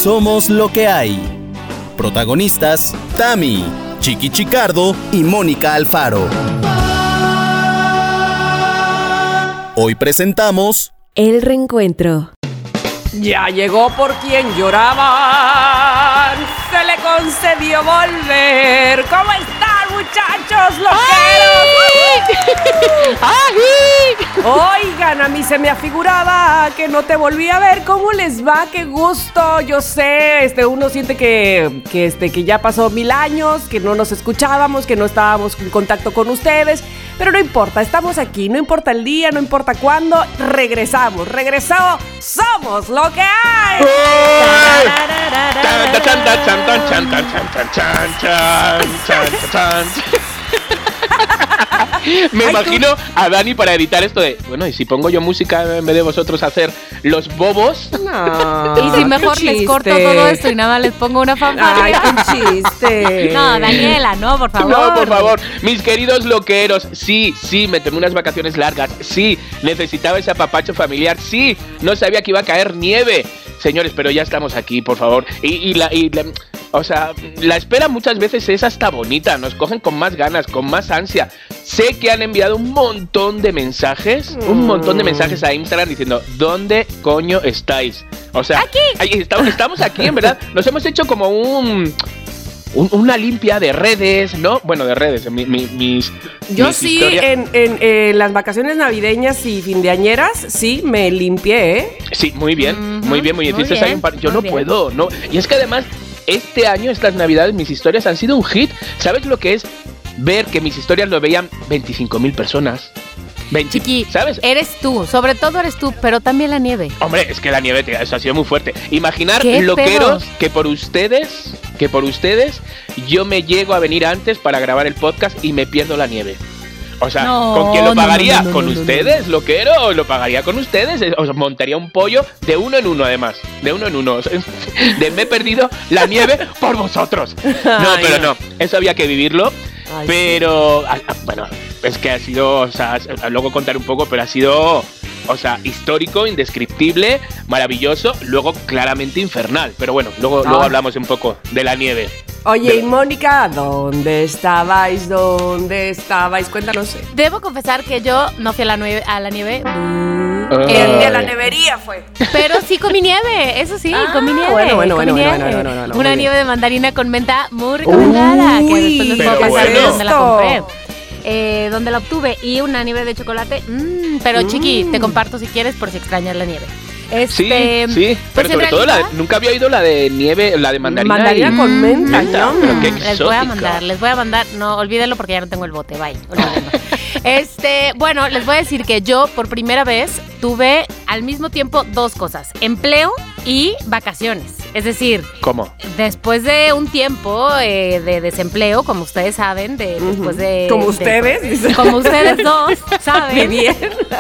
Somos lo que hay. Protagonistas: Tami, Chiqui Chicardo y Mónica Alfaro. Hoy presentamos El Reencuentro. Ya llegó por quien lloraban, se le concedió volver. ¿Cómo están, muchachos loqueros? Oigan, a mí se me afiguraba que no te volví a ver. ¿Cómo les va? ¡Qué gusto! Yo sé, uno siente que ya pasó 1000 años, que no nos escuchábamos, que no estábamos en contacto con ustedes. Pero no importa, estamos aquí, no importa el día, no importa cuándo, regresamos, somos lo que hay. Me imagino a Dani para editar esto de, bueno, ¿y si pongo yo música en vez de vosotros hacer los bobos? No, y si mejor les corto todo esto y nada más les pongo una fanfarria. Ay, qué chiste. No, Daniela, no, por favor. No, por favor. Mis queridos loqueros, sí, me tomé unas vacaciones largas. Sí, necesitaba ese apapacho familiar. Sí, no sabía que iba a caer nieve. Señores, pero ya estamos aquí, por favor. O sea, la espera muchas veces es hasta bonita. Nos cogen con más ganas, con más ansia. Sé que han enviado un montón de mensajes a Instagram diciendo, ¿dónde coño estáis? O sea, aquí. Estamos aquí, en verdad. Nos hemos hecho como una limpia de redes, ¿no? Bueno, de redes, Yo sí, en las vacaciones navideñas y findeañeras, sí, me limpié, ¿eh? Sí, muy bien, muy bien. Muy Hiciste bien, ahí yo no bien. puedo, no. Y es que además, este año, estas navidades, mis historias han sido un hit. ¿Sabes lo que es ver que mis historias lo veían 25,000 personas? Chiqui, ¿sabes? eres tú, sobre todo eres tú, pero también la nieve. Hombre, es que la nieve, eso ha sido muy fuerte. Imaginar, ¿Qué loqueros, pedo? que por ustedes yo me llego a venir antes para grabar el podcast y me pierdo la nieve. O sea, No, ¿con quién lo no, pagaría? no, ¿Con ustedes, loquero? ¿Lo pagaría con ustedes? O sea, montaría un pollo de uno en uno, además. De uno en uno. O sea, me he perdido la nieve por vosotros. No, pero no. Eso había que vivirlo. Ay, pero, bueno, es que ha sido, o sea, luego contaré un poco, pero ha sido, o sea, histórico, indescriptible, maravilloso, luego claramente infernal. Pero bueno, luego hablamos un poco de la nieve. Oye, y Mónica, ¿dónde estabais? Cuéntanos. Debo confesar que yo no fui a la nieve. El de la nevería fue. Pero sí comí nieve, eso sí, comí nieve. Bueno. Una Muy nieve de mandarina con menta muy recomendada, que después les puedo pero pasar bueno. donde la compré. Donde la obtuve, y una nieve de chocolate. Pero Chiqui, te comparto si quieres por si extrañas la nieve. Sí, pues pero sobre todo nunca había oído la de nieve, la de mandarina. Mandarina con menta, ¿no? Pero qué Les voy a exótica. mandar, no, olvídenlo porque ya no tengo el bote, bye. Bueno, les voy a decir que yo por primera vez tuve al mismo tiempo dos cosas: empleo y vacaciones. Es decir, ¿Cómo? después de un tiempo de desempleo, como ustedes saben, después de... Como ustedes. Como ustedes dos, ¿saben? Muy bien.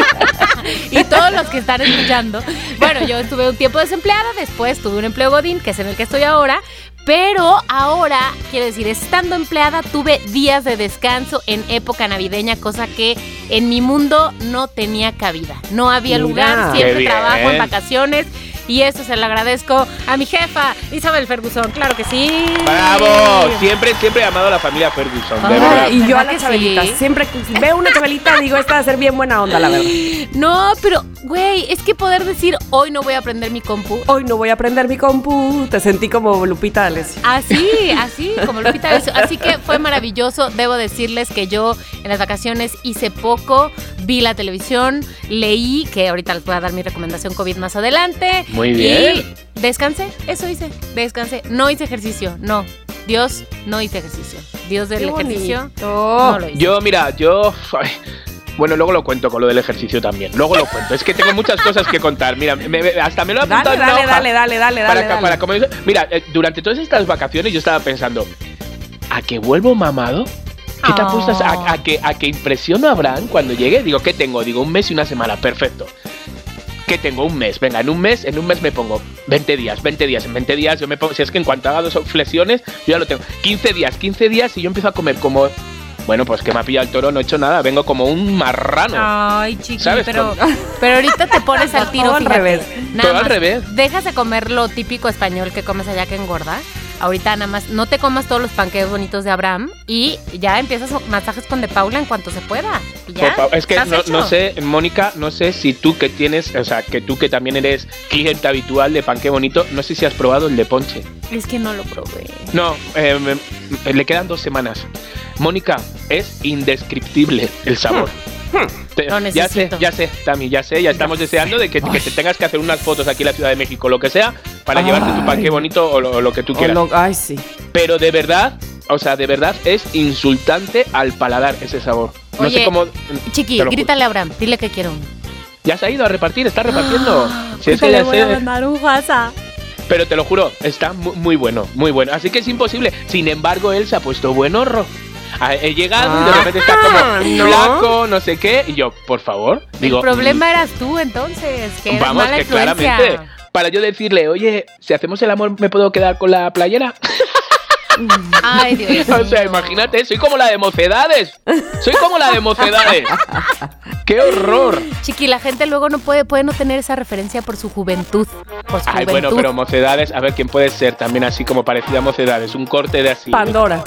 Y todos los que están escuchando. Bueno, yo estuve un tiempo desempleada, después tuve un empleo godín, que es en el que estoy ahora, pero ahora, quiero decir, estando empleada, tuve días de descanso en época navideña, cosa que en mi mundo no tenía cabida. No había lugar, siempre Qué trabajo en bien. vacaciones. Y eso se lo agradezco a mi jefa, Isabel Ferguson, claro que sí. ¡Bravo! Siempre he amado a la familia Ferguson, de Ay, verdad. Y yo a ¿Verdad las que chabelitas. sí? Siempre que veo una chabelita digo, esta va a ser bien buena onda, la verdad. No, pero, güey, es que poder decir, hoy no voy a aprender mi compu. Hoy no voy a prender mi compu. Te sentí como Lupita D'Alessio. Así, como Lupita D'Alessio. Así que fue maravilloso. Debo decirles que yo en las vacaciones hice poco, vi la televisión, leí, que ahorita les voy a dar mi recomendación COVID más adelante. Muy bien. Y descansé, eso hice, descansé. No hice ejercicio, no. Dios, no hice ejercicio. Dios del ejercicio, no lo hice. Bueno, luego lo cuento con lo del ejercicio también. Luego lo cuento. Es que tengo muchas cosas que contar. Mira, hasta me lo he apuntado en una hoja. Dale. Mira, durante todas estas vacaciones yo estaba pensando, ¿a que vuelvo mamado? ¿Qué te apuestas? ¿A que impresiono a Abraham cuando llegue? Digo, ¿qué tengo? Digo, un mes y una semana. Perfecto. ¿Qué tengo? Un mes. Venga, en un mes me pongo 20 días. En 20 días yo me pongo... Si es que en cuanto haga 2 flexiones, yo ya lo tengo. 15 días y yo empiezo a comer como Bueno, pues que me ha pillado el toro, no he hecho nada, vengo como un marrano. Ay, chiqui, ¿Sabes? pero ahorita te pones al tiro, Todo al fíjate. revés. Nada Todo al más, revés. Dejas de comer lo típico español que comes allá que engorda. Ahorita nada más, no te comas todos los panqueques bonitos de Abraham y ya empiezas masajes con De Paula en cuanto se pueda. Y ya, Por favor, es que ¿estás no hecho? sé, Mónica, no sé si tú que tienes, o sea, que tú que también eres cliente habitual de Panqué Bonito, no sé si has probado el de ponche. Es que no lo probé. No, le quedan 2 semanas. Mónica, es indescriptible el sabor. Lo necesito. Ya sé, Tami, ya estamos deseando de que te tengas que hacer unas fotos aquí en la Ciudad de México, lo que sea, para llevarte tu Panqué Bonito o lo que tú quieras. Ay, sí. Pero de verdad, o sea, de verdad es insultante al paladar ese sabor. No Oye, sé cómo. Chiqui, te lo juro. grítale a Abraham, dile que quiero uno. Ya se ha ido a repartir, está repartiendo. Si es que le ya voy a sé. mandar un WhatsApp. Pero te lo juro, está muy bueno, muy bueno. Así que es imposible. Sin embargo, él se ha puesto buenorro. He llegado y de repente está como no. flaco, no sé qué. Y yo, por favor, digo. El problema eras tú entonces, que eres vamos, mala que influencia. claramente. Para yo decirle, oye, si hacemos el amor, ¿me puedo quedar con la playera? Ay, Dios O sea, mío. imagínate, soy como la de Mocedades. Soy como la de Mocedades. ¡Qué horror! Chiqui, la gente luego no puede no tener esa referencia por su juventud. Por su Ay, juventud. bueno, pero Mocedades, a ver quién puede ser también así como parecida a Mocedades. Un corte de así. Pandora.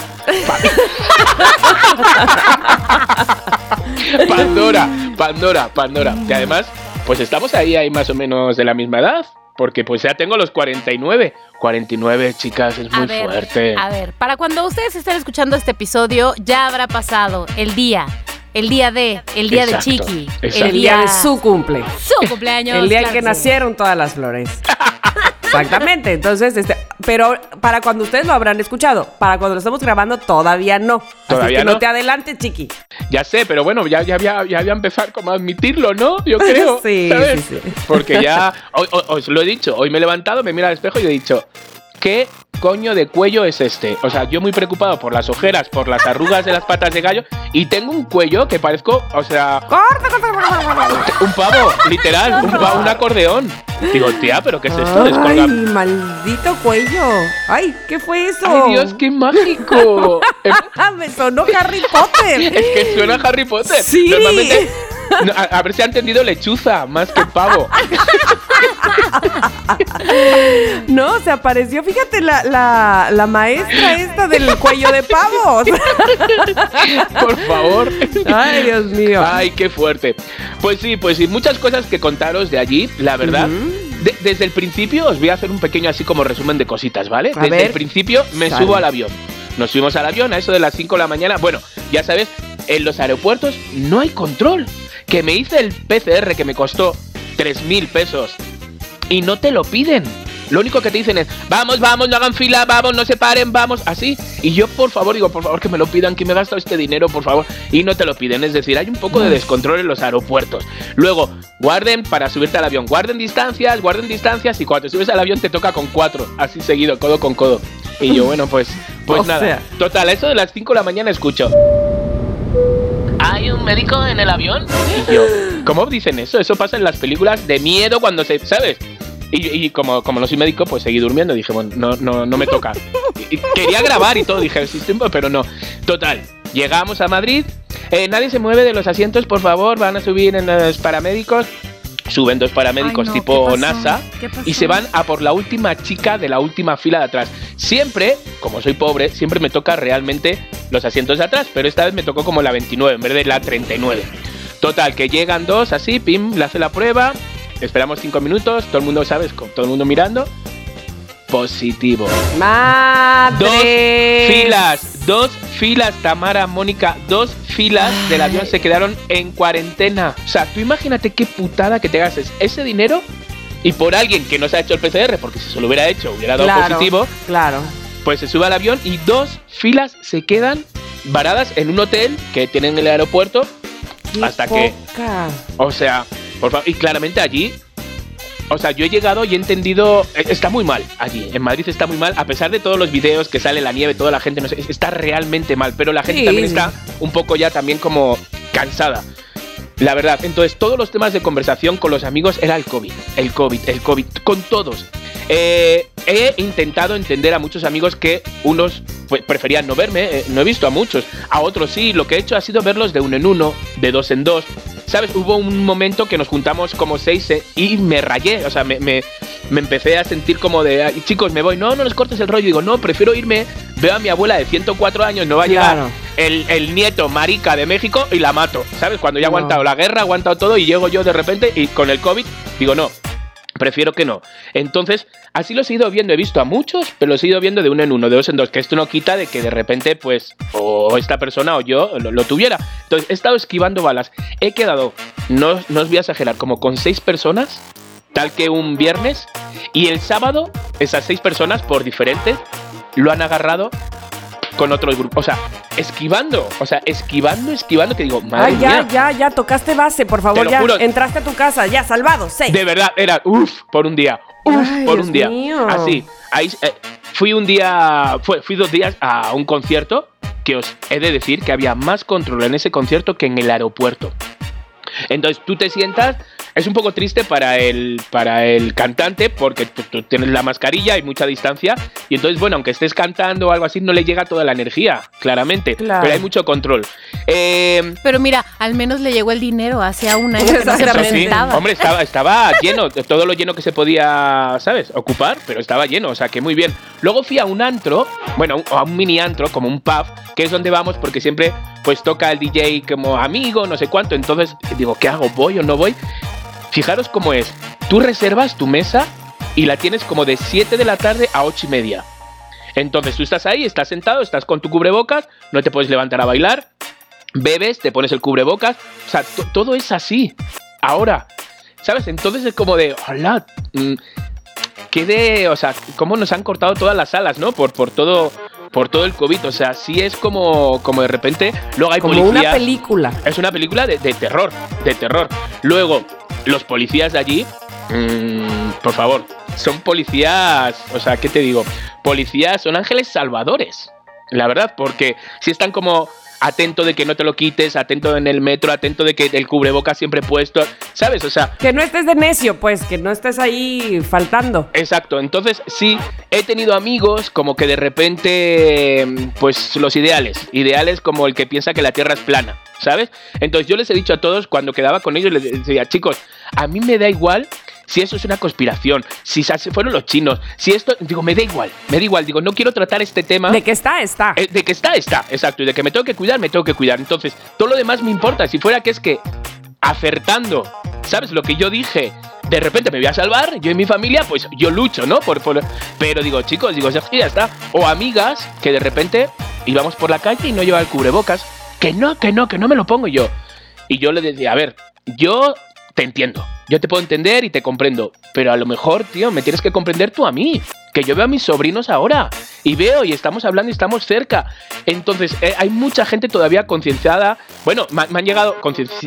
Pandora. Y además, pues estamos ahí más o menos de la misma edad. Porque pues ya tengo los 49. 49, chicas, es muy fuerte. A ver, para cuando ustedes estén escuchando este episodio, ya habrá pasado el día de Exacto, Chiqui. exacto. El día de su cumple. Su cumpleaños. El día en claro que sí. nacieron todas las flores. Exactamente. Entonces, pero para cuando ustedes lo habrán escuchado, para cuando lo estamos grabando, todavía no. Todavía Así que no. no te adelantes, Chiqui. Ya sé, pero bueno, ya había empezado como a admitirlo, ¿no? Yo creo. Sí, ¿sabes? sí. Porque ya, os lo he dicho, hoy me he levantado, me miro al espejo y he dicho, ¿qué coño de cuello es este? O sea, yo muy preocupado por las ojeras, por las arrugas de las patas de gallo, y tengo un cuello que parezco, o sea, un pavo, literal, un acordeón. Digo, tía, ¿pero qué es esto? Ay, Descolga. maldito cuello. Ay, ¿qué fue eso? ¡Ay, Dios, qué mágico! Me sonó Harry Potter. Es que suena a Harry Potter. Sí. Normalmente, a ver si ha entendido lechuza más que pavo. No, se apareció, fíjate, la maestra esta del cuello de pavo. Por favor. Ay, Dios mío. Ay, qué fuerte. Pues sí, muchas cosas que contaros de allí, la verdad. Desde el principio os voy a hacer un pequeño así como resumen de cositas, ¿vale? A Desde ver. el principio me Sale. subo al avión. Nos subimos al avión a eso de las 5 de la mañana. Bueno, ya sabes, en los aeropuertos no hay control. Que me hice el PCR que me costó 3.000 pesos y no te lo piden. Lo único que te dicen es, vamos, no hagan fila, vamos, no se paren, vamos, así. Y yo, por favor, que me lo pidan, que me he gastado este dinero, por favor. Y no te lo piden, es decir, hay un poco de descontrol en los aeropuertos. Luego, guarden para subirte al avión, guarden distancias, y cuando te subes al avión te toca con 4, así seguido, codo con codo. Y yo, bueno, pues O nada. sea. Total, a eso de las 5 de la mañana escucho, ¿hay un médico en el avión? Y yo, ¿cómo dicen eso? Eso pasa en las películas de miedo cuando se, ¿sabes? Y como no soy médico, pues seguí durmiendo. Dije, bueno, no me toca. Y quería grabar y todo, dije, sí, pero no. Total, llegamos a Madrid. Nadie se mueve de los asientos, por favor. Van a subir en los paramédicos. Suben 2 paramédicos Ay, no, tipo ¿qué pasó? NASA ¿Qué pasó? y se van a por la última chica de la última fila de atrás. Siempre, como soy pobre, siempre me toca realmente los asientos de atrás, pero esta vez me tocó como la 29 en vez de la 39. Total, que llegan 2 así, pim, le hace la prueba, esperamos 5 minutos, todo el mundo, ¿sabes? Con todo el mundo mirando. Positivo. ¡Madre! 2 filas, Tamara, Mónica, 2 filas del avión se quedaron en cuarentena. O sea, tú imagínate qué putada que te gastes ese dinero y por alguien que no se ha hecho el PCR, porque si se lo hubiera hecho, hubiera dado positivo, Claro. pues se sube al avión y 2 filas se quedan varadas en un hotel que tienen en el aeropuerto hasta que, o sea, por favor, y claramente allí, o sea, yo he llegado y he entendido, está muy mal allí, en Madrid está muy mal, a pesar de todos los videos que sale la nieve, toda la gente, no sé, está realmente mal, pero la gente Sí. también está un poco ya también como cansada. La verdad, entonces todos los temas de conversación con los amigos era el COVID, con todos. He intentado entender a muchos amigos que unos pues, preferían no verme, no he visto a muchos, a otros sí, lo que he hecho ha sido verlos de 1 en 1, de 2 en 2, ¿sabes? Hubo un momento que nos juntamos como 6 y me rayé, o sea, me empecé a sentir como de, chicos, me voy, no les cortes el rollo, digo, no, prefiero irme, veo a mi abuela de 104 años, no va a llegar el nieto marica de México y la mato, ¿sabes? Cuando ya ha aguantado la guerra, ha aguantado todo y llego yo de repente y con el COVID, digo, no. Prefiero que no. Entonces, así lo he ido viendo. He visto a muchos, pero los he ido viendo de 1 en 1, de 2 en 2. Que esto no quita de que de repente, pues, o esta persona o yo lo tuviera. Entonces, he estado esquivando balas. He quedado, no os voy a exagerar, como con 6 personas, tal que un viernes. Y el sábado, esas 6 personas, por diferentes, lo han agarrado con otro grupo. O sea, esquivando, que digo, madre mía. Ya, tocaste base, por favor, ya. Juro. Entraste a tu casa, ya, salvado, 6. De verdad, era, por un día. Un día. Mío. Así, ahí, fui 2 días a un concierto que os he de decir que había más control en ese concierto que en el aeropuerto. Entonces tú te sientas, es un poco triste para el cantante porque tú tienes la mascarilla, hay mucha distancia y entonces, bueno, aunque estés cantando o algo así, no le llega toda la energía, claramente, pero hay mucho control. Pero mira, al menos le llegó el dinero hacia un año que no se presentaba. Sí. Hombre, estaba lleno, todo lo lleno que se podía, ¿sabes?, ocupar, pero estaba lleno, o sea que muy bien. Luego fui a un antro, bueno, a un mini antro, como un pub, que es donde vamos porque siempre pues toca el DJ como amigo, no sé cuánto, entonces digo, ¿qué hago? ¿Voy o no voy? Fijaros cómo es, tú reservas tu mesa y la tienes como de 7 de la tarde a 8:30. Entonces tú estás ahí, estás sentado, estás con tu cubrebocas, no te puedes levantar a bailar, bebes, te pones el cubrebocas, o sea, todo es así. Ahora, ¿sabes? Entonces es como de, hola, o sea, cómo nos han cortado todas las salas, ¿no? Por todo el COVID, o sea, sí es como de repente, luego hay como policía. Una película. Es una película de terror. Luego, los policías de allí, por favor, son policías, o sea, ¿qué te digo? Policías son ángeles salvadores, la verdad, porque si están como atento de que no te lo quites, atento en el metro, atento de que el cubrebocas siempre puesto, ¿sabes? O sea, que no estés de necio, pues, que no estés ahí faltando. Exacto, entonces sí, he tenido amigos como que de repente, pues los ideales como el que piensa que la Tierra es plana, ¿sabes? Entonces yo les he dicho a todos, cuando quedaba con ellos, les decía, chicos, a mí me da igual si eso es una conspiración, si fueron los chinos, si esto, digo, me da igual, digo, no quiero tratar este tema. De que está. De que está, exacto, y de que me tengo que cuidar, entonces, todo lo demás me importa, si fuera que es que, acertando, ¿sabes? Lo que yo dije, de repente me voy a salvar, yo y mi familia, pues yo lucho, ¿no? Pero digo, chicos, ya está, o amigas que de repente íbamos por la calle y no llevaba el cubrebocas, que no me lo pongo yo, y yo le decía, a ver, yo te entiendo, yo te puedo entender y te comprendo, pero a lo mejor, tío, me tienes que comprender tú a mí, que yo veo a mis sobrinos ahora, y estamos hablando y estamos cerca. Entonces, hay mucha gente todavía concienciada, bueno, me han llegado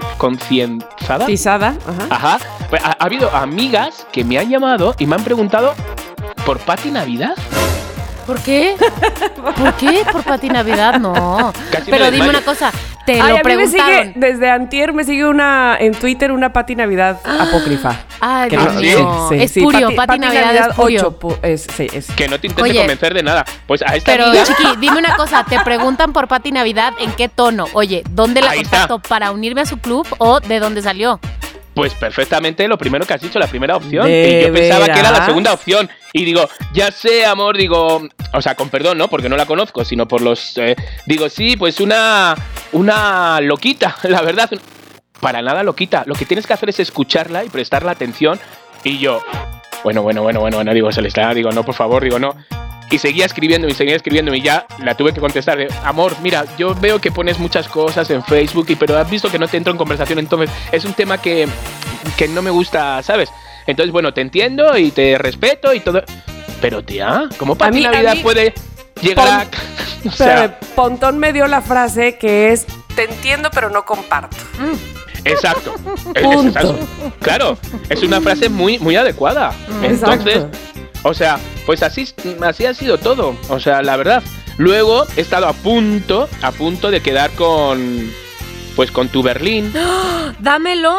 ¿Cizada? Ajá. Pues, ha habido amigas que me han llamado y me han preguntado por Pati Navidad. ¿Por qué? ¿Por qué? ¿Por Pati Navidad? No. Pero dime una cosa, te lo preguntaron. Desde antier me sigue en Twitter una Pati Navidad apócrifa. Ay, Dios mío. Sí, espurio, Pati Navidad espurio. Que no te intente convencer de nada. Pues a esta Pero, amiga... Chiqui, dime una cosa, te preguntan por Pati Navidad, ¿en qué tono? Oye, ¿dónde la contacto? ¿Para unirme a su club o de dónde salió? Pues perfectamente lo primero que has dicho, la primera opción. Y yo pensaba que era la segunda opción. Y digo, ya sé, amor, digo... O sea, con perdón, ¿no? Porque no la conozco, sino por los... digo, sí, pues una loquita, la verdad. Para nada loquita. Lo que tienes que hacer es escucharla y prestarle atención. Y yo... Bueno, digo, se le está... Digo, no, por favor, digo, no. Y seguía escribiéndome y ya la tuve que contestar de, amor, mira, yo veo que pones muchas cosas en Facebook, pero has visto que no te entro en conversación, entonces es un tema que no me gusta, ¿sabes? Entonces, bueno, te entiendo y te respeto y todo, pero tía, ¿cómo Pati Navidad puede llegar a... O sea, Pontón me dio la frase que es, te entiendo pero no comparto. Exacto. Exacto. Claro, es una frase muy, muy adecuada. Entonces... Exacto. O sea, pues así ha sido todo. O sea, la verdad. Luego he estado a punto de quedar con tu Berlín. ¡Oh! ¡Dámelo!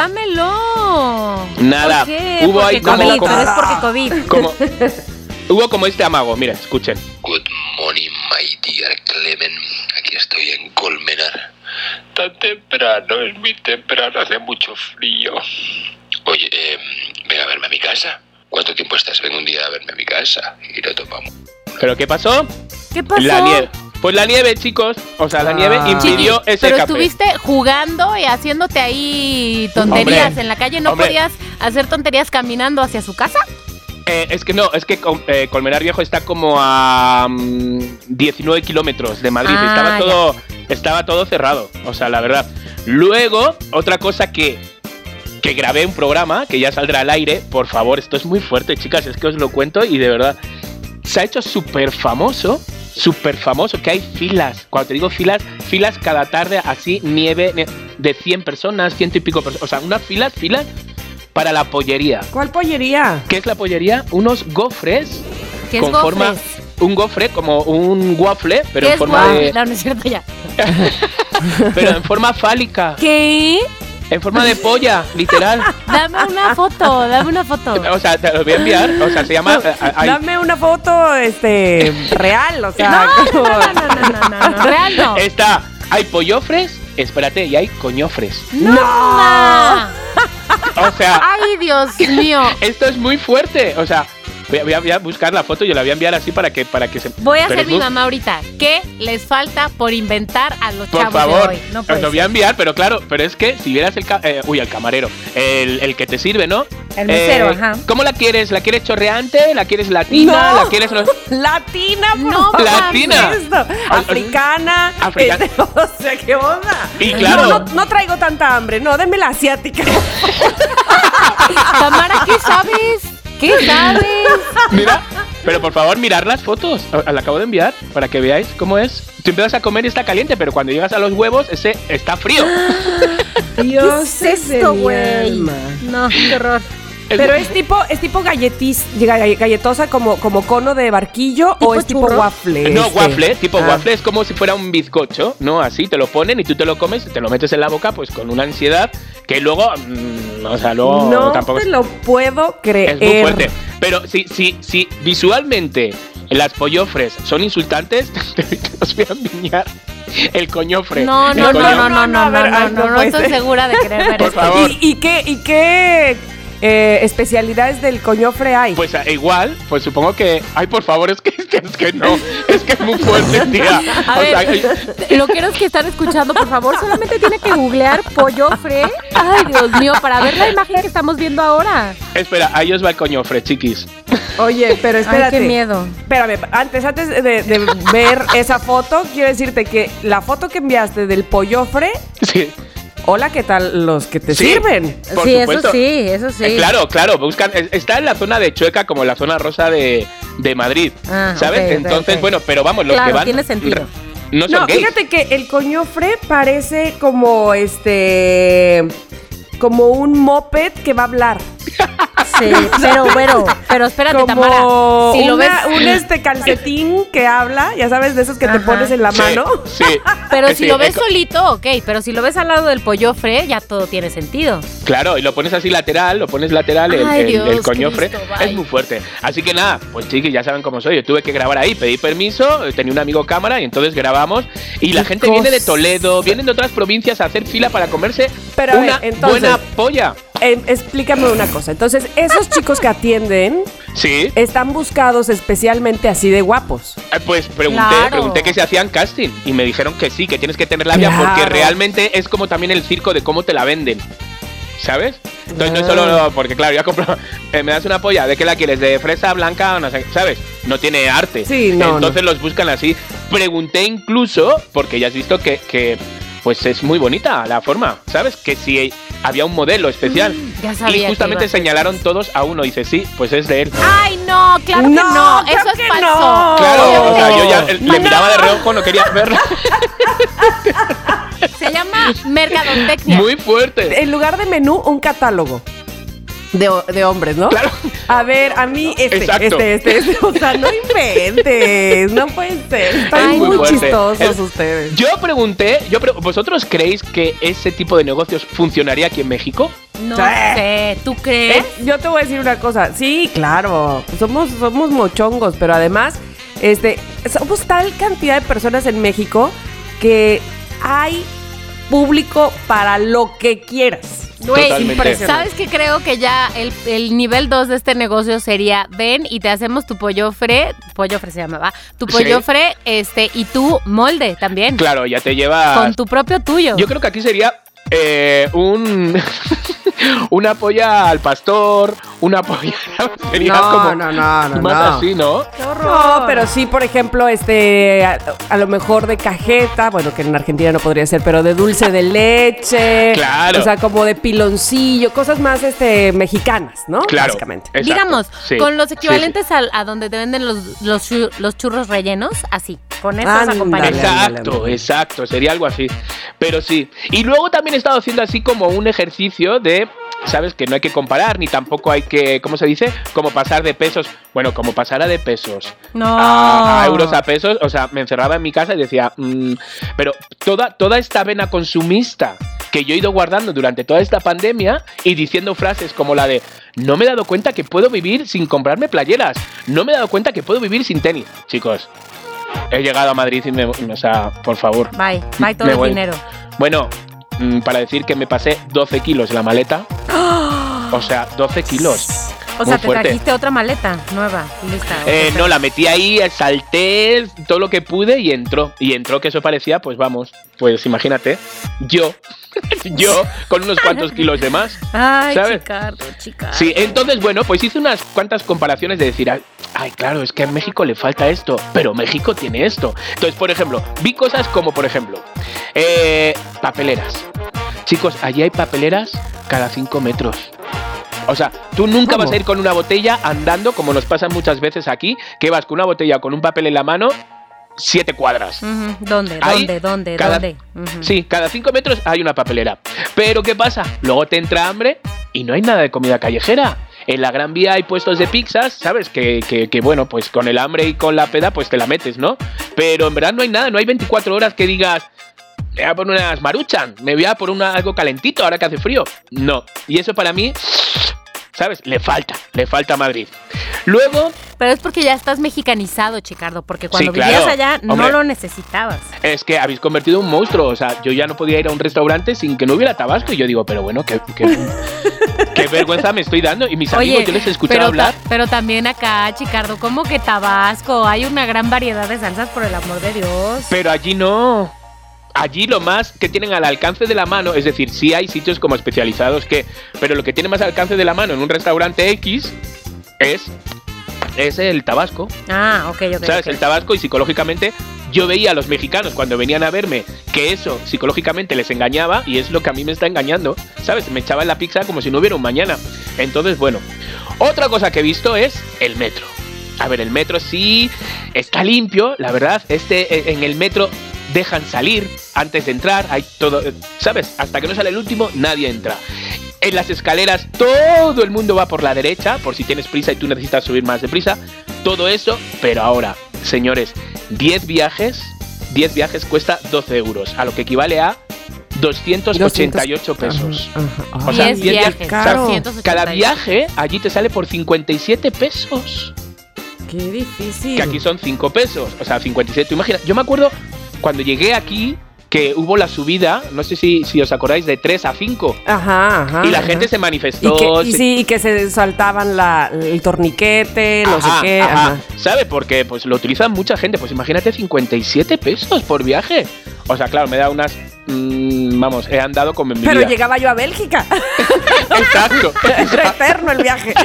Nada. ¿Por qué? Hubo porque ahí como COVID, pero es porque COVID. Hubo como este amago. Mira, escuchen. Good morning, my dear Clement. Aquí estoy en Colmenar. Tan temprano, es muy temprano, hace mucho frío. Oye, ven a verme a mi casa. ¿Cuánto tiempo estás? Ven un día a verme a mi casa y lo tomamos. ¿Pero qué pasó? ¿Qué pasó? La nieve. Pues la nieve, chicos. O sea, la nieve impidió Chiqui, ese pero café. estuviste jugando y haciéndote ahí tonterías. Hombre, en la calle no hombre. podías hacer tonterías caminando hacia su casa. Es que Colmenar Viejo está como a 19 kilómetros de Madrid. Estaba todo cerrado, o sea, la verdad. Luego, otra cosa que grabé un programa que ya saldrá al aire. Por favor, esto es muy fuerte, chicas, es que os lo cuento y de verdad se ha hecho súper famoso, que hay filas. Cuando te digo filas cada tarde, así, nieve de 100 personas, 100 y pico personas. O sea, unas filas para la pollería. ¿Cuál pollería? ¿Qué es la pollería? Unos gofres ¿Qué con es forma... gofres? Un gofre como un waffle, pero ¿Qué en es forma guau? de... No, no es cierto ya. pero en forma fálica. ¿Qué? En forma de polla, literal. Dame una foto. O sea, te lo voy a enviar. O sea, se llama... Dame una foto, real, o sea. No, real no. Hay pollofres, espérate, y hay coñofres. ¡No! O sea... ¡Ay, Dios mío! Esto es muy fuerte, o sea... Voy a buscar la foto y la voy a enviar así para que se... Voy a pero ser mi mamá ahorita. ¿Qué les falta por inventar a los Por chavos favor, de hoy? No os puede lo voy a ser. enviar, pero claro, pero es que si vieras el camarero, el que te sirve, ¿no? El mesero, ajá. ¿Cómo la quieres? ¿La quieres chorreante? ¿La quieres latina? No. ¿La quieres...? Latina, por No, favor. latina. ¿Qué es esto? Africana. Africana. O sea, ¿qué onda? Y claro. No traigo tanta hambre. No, denme la asiática. Tamara, ¿qué sabes? ¿Qué sabes? Mira, pero por favor, mirar las fotos. La acabo de enviar para que veáis cómo es. Tú empiezas a comer y está caliente, pero cuando llegas a los huevos, ese está frío. Dios, ¿Qué es esto, güey? No, qué horror. Pero es tipo galletosa como cono de barquillo o es tipo churro? waffle. No, waffle, tipo Ah. waffle es como si fuera un bizcocho, ¿no? Así te lo ponen y tú te lo comes, te lo metes en la boca, pues con una ansiedad que luego, o sea, luego No tampoco te lo puedo creer. es muy fuerte. Pero si visualmente las pollofres son insultantes, os voy a enviar el coñofre. No, El no, no, coñofre. no, no, no, a ver, no, ay, no, no no puede estoy ser. segura de querer ver Por esto. favor. ¿Y qué especialidades del coñofre hay? Pues igual, pues supongo que... Ay, por favor, es que no. Es que es muy fuerte, tía. A ver, lo que que están escuchando, por favor, solamente tiene que googlear pollofre. Ay, Dios mío, para ver la imagen que estamos viendo ahora. Espera, ahí os va el coñofre, chiquis. Oye, pero espérate. Ay, qué miedo. Espérame, antes de ver esa foto, quiero decirte que la foto que enviaste del pollofre, Sí. hola, ¿qué tal los que te Sí. sirven? Por Sí, supuesto. eso sí. Claro, buscan. Está en la zona de Chueca, como la zona rosa de Madrid. Ah, ¿Sabes? ok, ok, Entonces, ok. bueno, pero vamos, los Claro, que van. tiene sentido. No son No, gays. fíjate que el coñofre parece como un moped que va a hablar. Sí, pero espérate, Como Tamara. Si lo ves, un calcetín que habla, ya sabes, de esos que te Ajá. pones en la Sí, mano. Sí. pero Sí, si lo ves co- solito, ok. Pero si lo ves al lado del pollofre, ya todo tiene sentido. Claro, y lo pones así lateral, Ay, el Dios coñofre. Cristo, bye. Es muy fuerte. Así que nada, pues chiquis, ya saben cómo soy. Yo tuve que grabar ahí, pedí permiso, tenía un amigo cámara y entonces grabamos. Y la Qué gente viene de cosa. Toledo, vienen de otras provincias a hacer fila para comerse Pero a ver, una entonces- buena polla. Explícame una cosa. Entonces, esos chicos que atienden Sí. están buscados especialmente así de guapos. Pues Claro. pregunté que si hacían casting y me dijeron que sí, que tienes que tener labia Claro. porque realmente es como también el circo de cómo te la venden. ¿Sabes? Entonces no es Ah. solo porque claro, ya compro, me das una polla, ¿de qué la quieres? ¿De fresa, blanca? No sé, ¿sabes? No tiene arte. Sí, no, Entonces los buscan así. Pregunté incluso, porque ya has visto que pues es muy bonita la forma, ¿sabes? Que si había un modelo especial. Ya sabía Y que justamente iba a ser señalaron todos a uno. Dice, sí, pues es de él. Ay, no, claro que no. claro Eso es que falso. no. Claro, o sea, yo ya No. le miraba de reojo, no quería verla. Se llama mercadotecnia. Muy fuerte. En lugar de menú, un catálogo de hombres, ¿no? Claro. A ver, a mí Exacto. o sea, no inventes, no puede ser. Están Ay, muy muy fuerte. chistosos ustedes. Yo pregunté, ¿vosotros creéis que ese tipo de negocios funcionaría aquí en México? No Sí. sé, ¿tú crees? Yo te voy a decir una cosa. Sí, claro. Somos mochongos, pero además, somos tal cantidad de personas en México que hay público para lo que quieras. Güey, Totalmente. ¿sabes qué? Creo que ya el nivel 2 de este negocio sería, ven y te hacemos tu pollofre se llamaba, tu Sí. pollofre, y tu molde también. Claro, ya te llevas... Con tu propio tuyo. Yo creo que aquí sería una polla al pastor, una polla... Sería como más así, ¿no? ¡Qué horror! No, pero sí, por ejemplo, a lo mejor de cajeta, bueno, que en Argentina no podría ser, pero de dulce de leche. Claro. O sea, como de piloncillo, cosas más mexicanas, ¿no? Claro. Básicamente. Exacto, Digamos, sí, con los sí, equivalentes a donde te venden los churros rellenos, así, con estos Ándale. acompañantes. Exacto, sería algo así. Pero sí. Y luego también he estado haciendo así como un ejercicio de, ¿sabes? Que no hay que comparar, ni tampoco hay que, ¿cómo se dice? Como pasar de pesos. Bueno, como pasara de pesos No. a euros a pesos. O sea, me encerraba en mi casa y decía, pero toda esta vena consumista que yo he ido guardando durante toda esta pandemia y diciendo frases como la de, no me he dado cuenta que puedo vivir sin comprarme playeras. No me he dado cuenta que puedo vivir sin tenis. Chicos, he llegado a Madrid y o sea, por favor. Bye todo Me el voy. dinero. Bueno, para decir que me pasé 12 kilos en la maleta. O sea, 12 kilos. O Muy sea, te fuerte. trajiste otra maleta nueva, lista. No, la metí ahí, salté todo lo que pude y entró. Y entró que eso parecía, pues vamos, pues imagínate, yo con unos cuantos kilos de más. Ay, ¿sabes? Chicardo. Sí, entonces, bueno, pues hice unas cuantas comparaciones de decir, ay, claro, es que a México le falta esto, pero México tiene esto. Entonces, por ejemplo, vi cosas como, por ejemplo, papeleras. Chicos, allí hay papeleras cada 5 metros. O sea, tú nunca ¿Cómo? vas a ir con una botella andando, como nos pasa muchas veces aquí, que vas con una botella o con un papel en la mano, 7 cuadras. Ujú. ¿Dónde? Ahí, ¿Dónde? cada- Ujú. Sí, cada 5 metros hay una papelera. Pero ¿qué pasa? Luego te entra hambre y no hay nada de comida callejera. En la Gran Vía hay puestos de pizzas, ¿sabes? Que bueno, pues con el hambre y con la peda, pues te la metes, ¿no? Pero en verdad no hay nada, no hay 24 horas que digas, me voy a poner unas maruchan, me voy a poner algo calentito ahora que hace frío. No, y eso para mí, ¿sabes? Le falta a Madrid. Luego, Pero es porque ya estás mexicanizado, Chicardo, porque cuando Sí, claro. vivías allá no Hombre. lo necesitabas. es que habéis convertido en un monstruo. O sea, yo ya no podía ir a un restaurante sin que no hubiera tabasco. Y yo digo, pero bueno, qué vergüenza me estoy dando. Y mis amigos, yo les he escuchado pero, hablar. pero también acá, Chicardo, como que Tabasco, hay una gran variedad de salsas, por el amor de Dios. Pero allí no. Allí lo más que tienen al alcance de la mano, es decir, sí hay sitios como especializados pero lo que tiene más al alcance de la mano en un restaurante X es el tabasco. Ah, ok. ¿Sabes? Ok. El tabasco, y psicológicamente yo veía a los mexicanos cuando venían a verme que eso psicológicamente les engañaba, y es lo que a mí me está engañando, ¿sabes? Me echaban la pizza como si no hubiera un mañana. Entonces, bueno, otra cosa que he visto es el metro. A ver, el metro sí está limpio, la verdad. En el metro dejan salir antes de entrar, hay todo, ¿sabes? Hasta que no sale el último, nadie entra. En las escaleras todo el mundo va por la derecha, por si tienes prisa y tú necesitas subir más deprisa. Todo eso, pero ahora, señores, 10 viajes cuesta 12 euros, a lo que equivale a 288 pesos. Ajá. O sea, 10 10 viajes. caro. 288. Cada viaje allí te sale por 57 pesos. Qué difícil. Que aquí son 5 pesos, o sea, 57. Imagina, yo me acuerdo cuando llegué aquí que hubo la subida, no sé si os acordáis, de 3 a 5. Ajá. Y la ajá. gente se manifestó. Y que se saltaban el torniquete, no sé qué. Ajá. ¿Sabe? Porque pues lo utilizan mucha gente. Pues imagínate, 57 pesos por viaje. O sea, claro, me da unas... vamos, he andado como en mi Pero vida. llegaba yo a Bélgica. Exacto. Era eterno el viaje.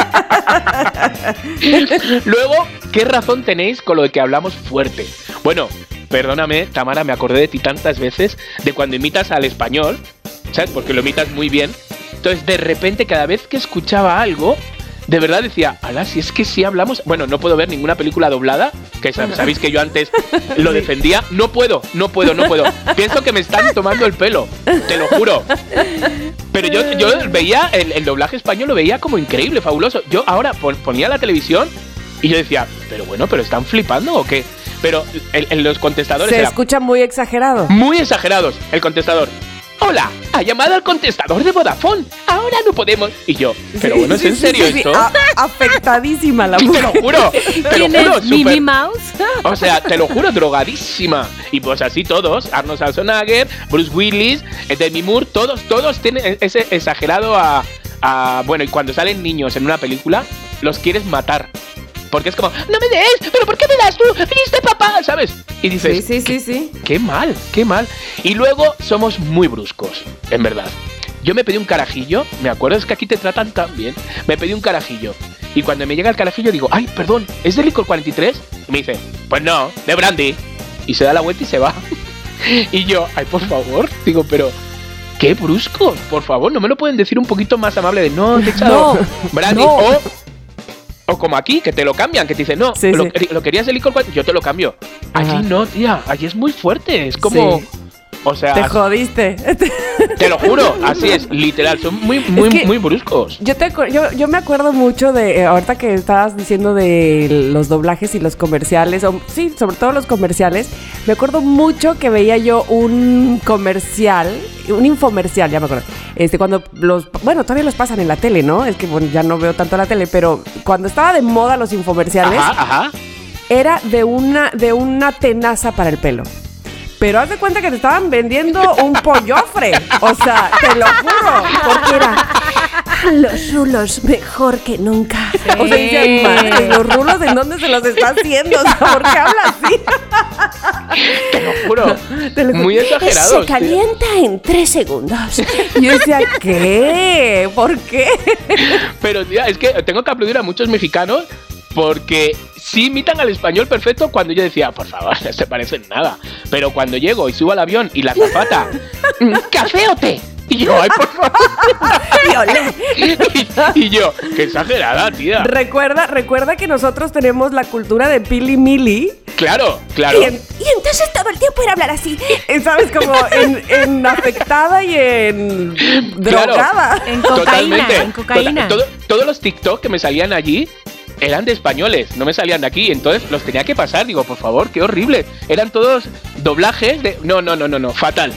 Luego, ¿qué razón tenéis con lo de que hablamos fuerte? Bueno, perdóname, Tamara, me acordé de ti tantas veces de cuando imitas al español, ¿sabes? Porque lo imitas muy bien. Entonces, de repente, cada vez que escuchaba algo, de verdad decía, ala, si es que sí hablamos... Bueno, no puedo ver ninguna película doblada, que sabéis que yo antes lo defendía. No puedo. Pienso que me están tomando el pelo, te lo juro. Pero yo veía el doblaje español, lo veía como increíble, fabuloso. Yo ahora ponía la televisión y yo decía, pero ¿están flipando o qué? Pero en los contestadores Se era escucha muy exagerado. muy exagerados. El contestador, Hola, ha llamado al contestador de Vodafone. Ahora no podemos. Y yo, pero bueno, ¿es en serio esto? Afectadísima la Te mujer. lo juro, te lo ¿Quién juro, es Minnie Mouse? O sea, te lo juro, drogadísima. Y pues así todos, Arnold Schwarzenegger, Bruce Willis, Demi Moore, todos tienen ese exagerado bueno, y cuando salen niños en una película, los quieres matar. Porque es como, no me des, pero ¿por qué me das tú? ¿Viste, papá? ¿Sabes? Y dices, Sí. qué mal, qué mal. Y luego somos muy bruscos, en verdad. Yo me pedí un carajillo, me acuerdo, es que aquí te tratan tan bien. Me pedí un carajillo. Y cuando me llega el carajillo digo, ay, perdón, ¿es de licor 43? Y me dice, pues no, de brandy. Y se da la vuelta y se va. Y yo, ay, por favor, digo, pero qué bruscos, por favor, ¿no me lo pueden decir un poquito más amable de no, te he echado brandy? No. O como aquí, que te lo cambian, que te dicen, no, Sí. lo querías de licor 43, yo te lo cambio. Allí Ajá. no, tía, allí es muy fuerte, es como... Sí. O sea, Te jodiste. te lo juro, así es, literal, son muy que- muy bruscos. Yo me acuerdo mucho de, ahorita que estabas diciendo de los doblajes y los comerciales, sí, sobre todo los comerciales, me acuerdo mucho que veía yo un infomercial, ya me acuerdo, cuando todavía los pasan en la tele, ¿no? Es que bueno, ya no veo tanto la tele, pero cuando estaba de moda los infomerciales, Ajá. era de una tenaza para el pelo. Pero haz de cuenta que te estaban vendiendo un pollofre. O sea, te lo juro. Porque era los rulos mejor que nunca. Sí. O sea, dicen, madre, los rulos, ¿en dónde se los está haciendo? O sea, ¿por qué habla así? Te lo juro. Te lo juro. Muy exagerado. Se calienta en 3 segundos. Y yo decía, ¿qué? ¿Por qué? Pero tía, es que tengo que aplaudir a muchos mexicanos porque sí imitan al español perfecto cuando yo decía, por favor, no se parecen nada. Pero cuando llego y subo al avión y la azafata, ¿café o té? Y yo, ay, por favor. y yo, qué exagerada, tía. Recuerda que nosotros tenemos la cultura de Pili Mili. Claro. Y entonces todo el tiempo era hablar así. ¿Sabes? Como en afectada y en drogada. En cocaína. Todos los TikTok que me salían allí eran de españoles, no me salían de aquí, entonces los tenía que pasar, digo, por favor, qué horrible. Eran todos doblajes de... No, fatal.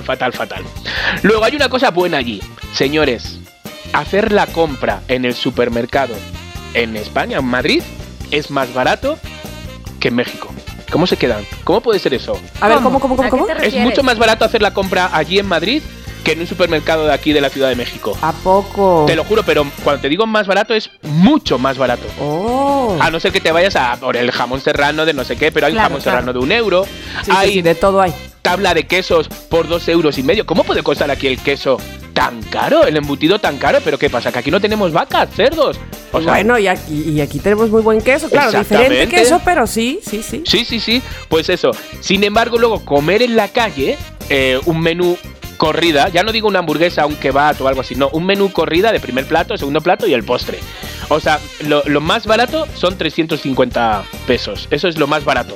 Luego hay una cosa buena allí, señores, hacer la compra en el supermercado en España, en Madrid, es más barato que en México. ¿Cómo se quedan? ¿Cómo puede ser eso? A ver, ¿cómo? ¿A qué te Es refieres? mucho más barato hacer la compra allí en Madrid que en un supermercado de aquí de la Ciudad de México. ¿A poco? Te lo juro, pero cuando te digo más barato es mucho más barato. Oh. A no ser que te vayas a por el jamón serrano de no sé qué, pero hay Claro, jamón claro. serrano de €1. Sí, Hay de todo hay. tabla de quesos por €2,50. ¿Cómo puede costar aquí el queso tan caro? El embutido tan caro. ¿Pero qué pasa? Que aquí no tenemos vacas, cerdos. O sea, Bueno, y aquí tenemos muy buen queso. Claro, diferente Exactamente. queso, pero sí. Sí. Pues eso. Sin embargo, luego comer en la calle un menú corrida, ya no digo una hamburguesa, un kebab o algo así, no, un menú corrida de primer plato, segundo plato y el postre. O sea, lo más barato son 350 pesos. Eso es lo más barato.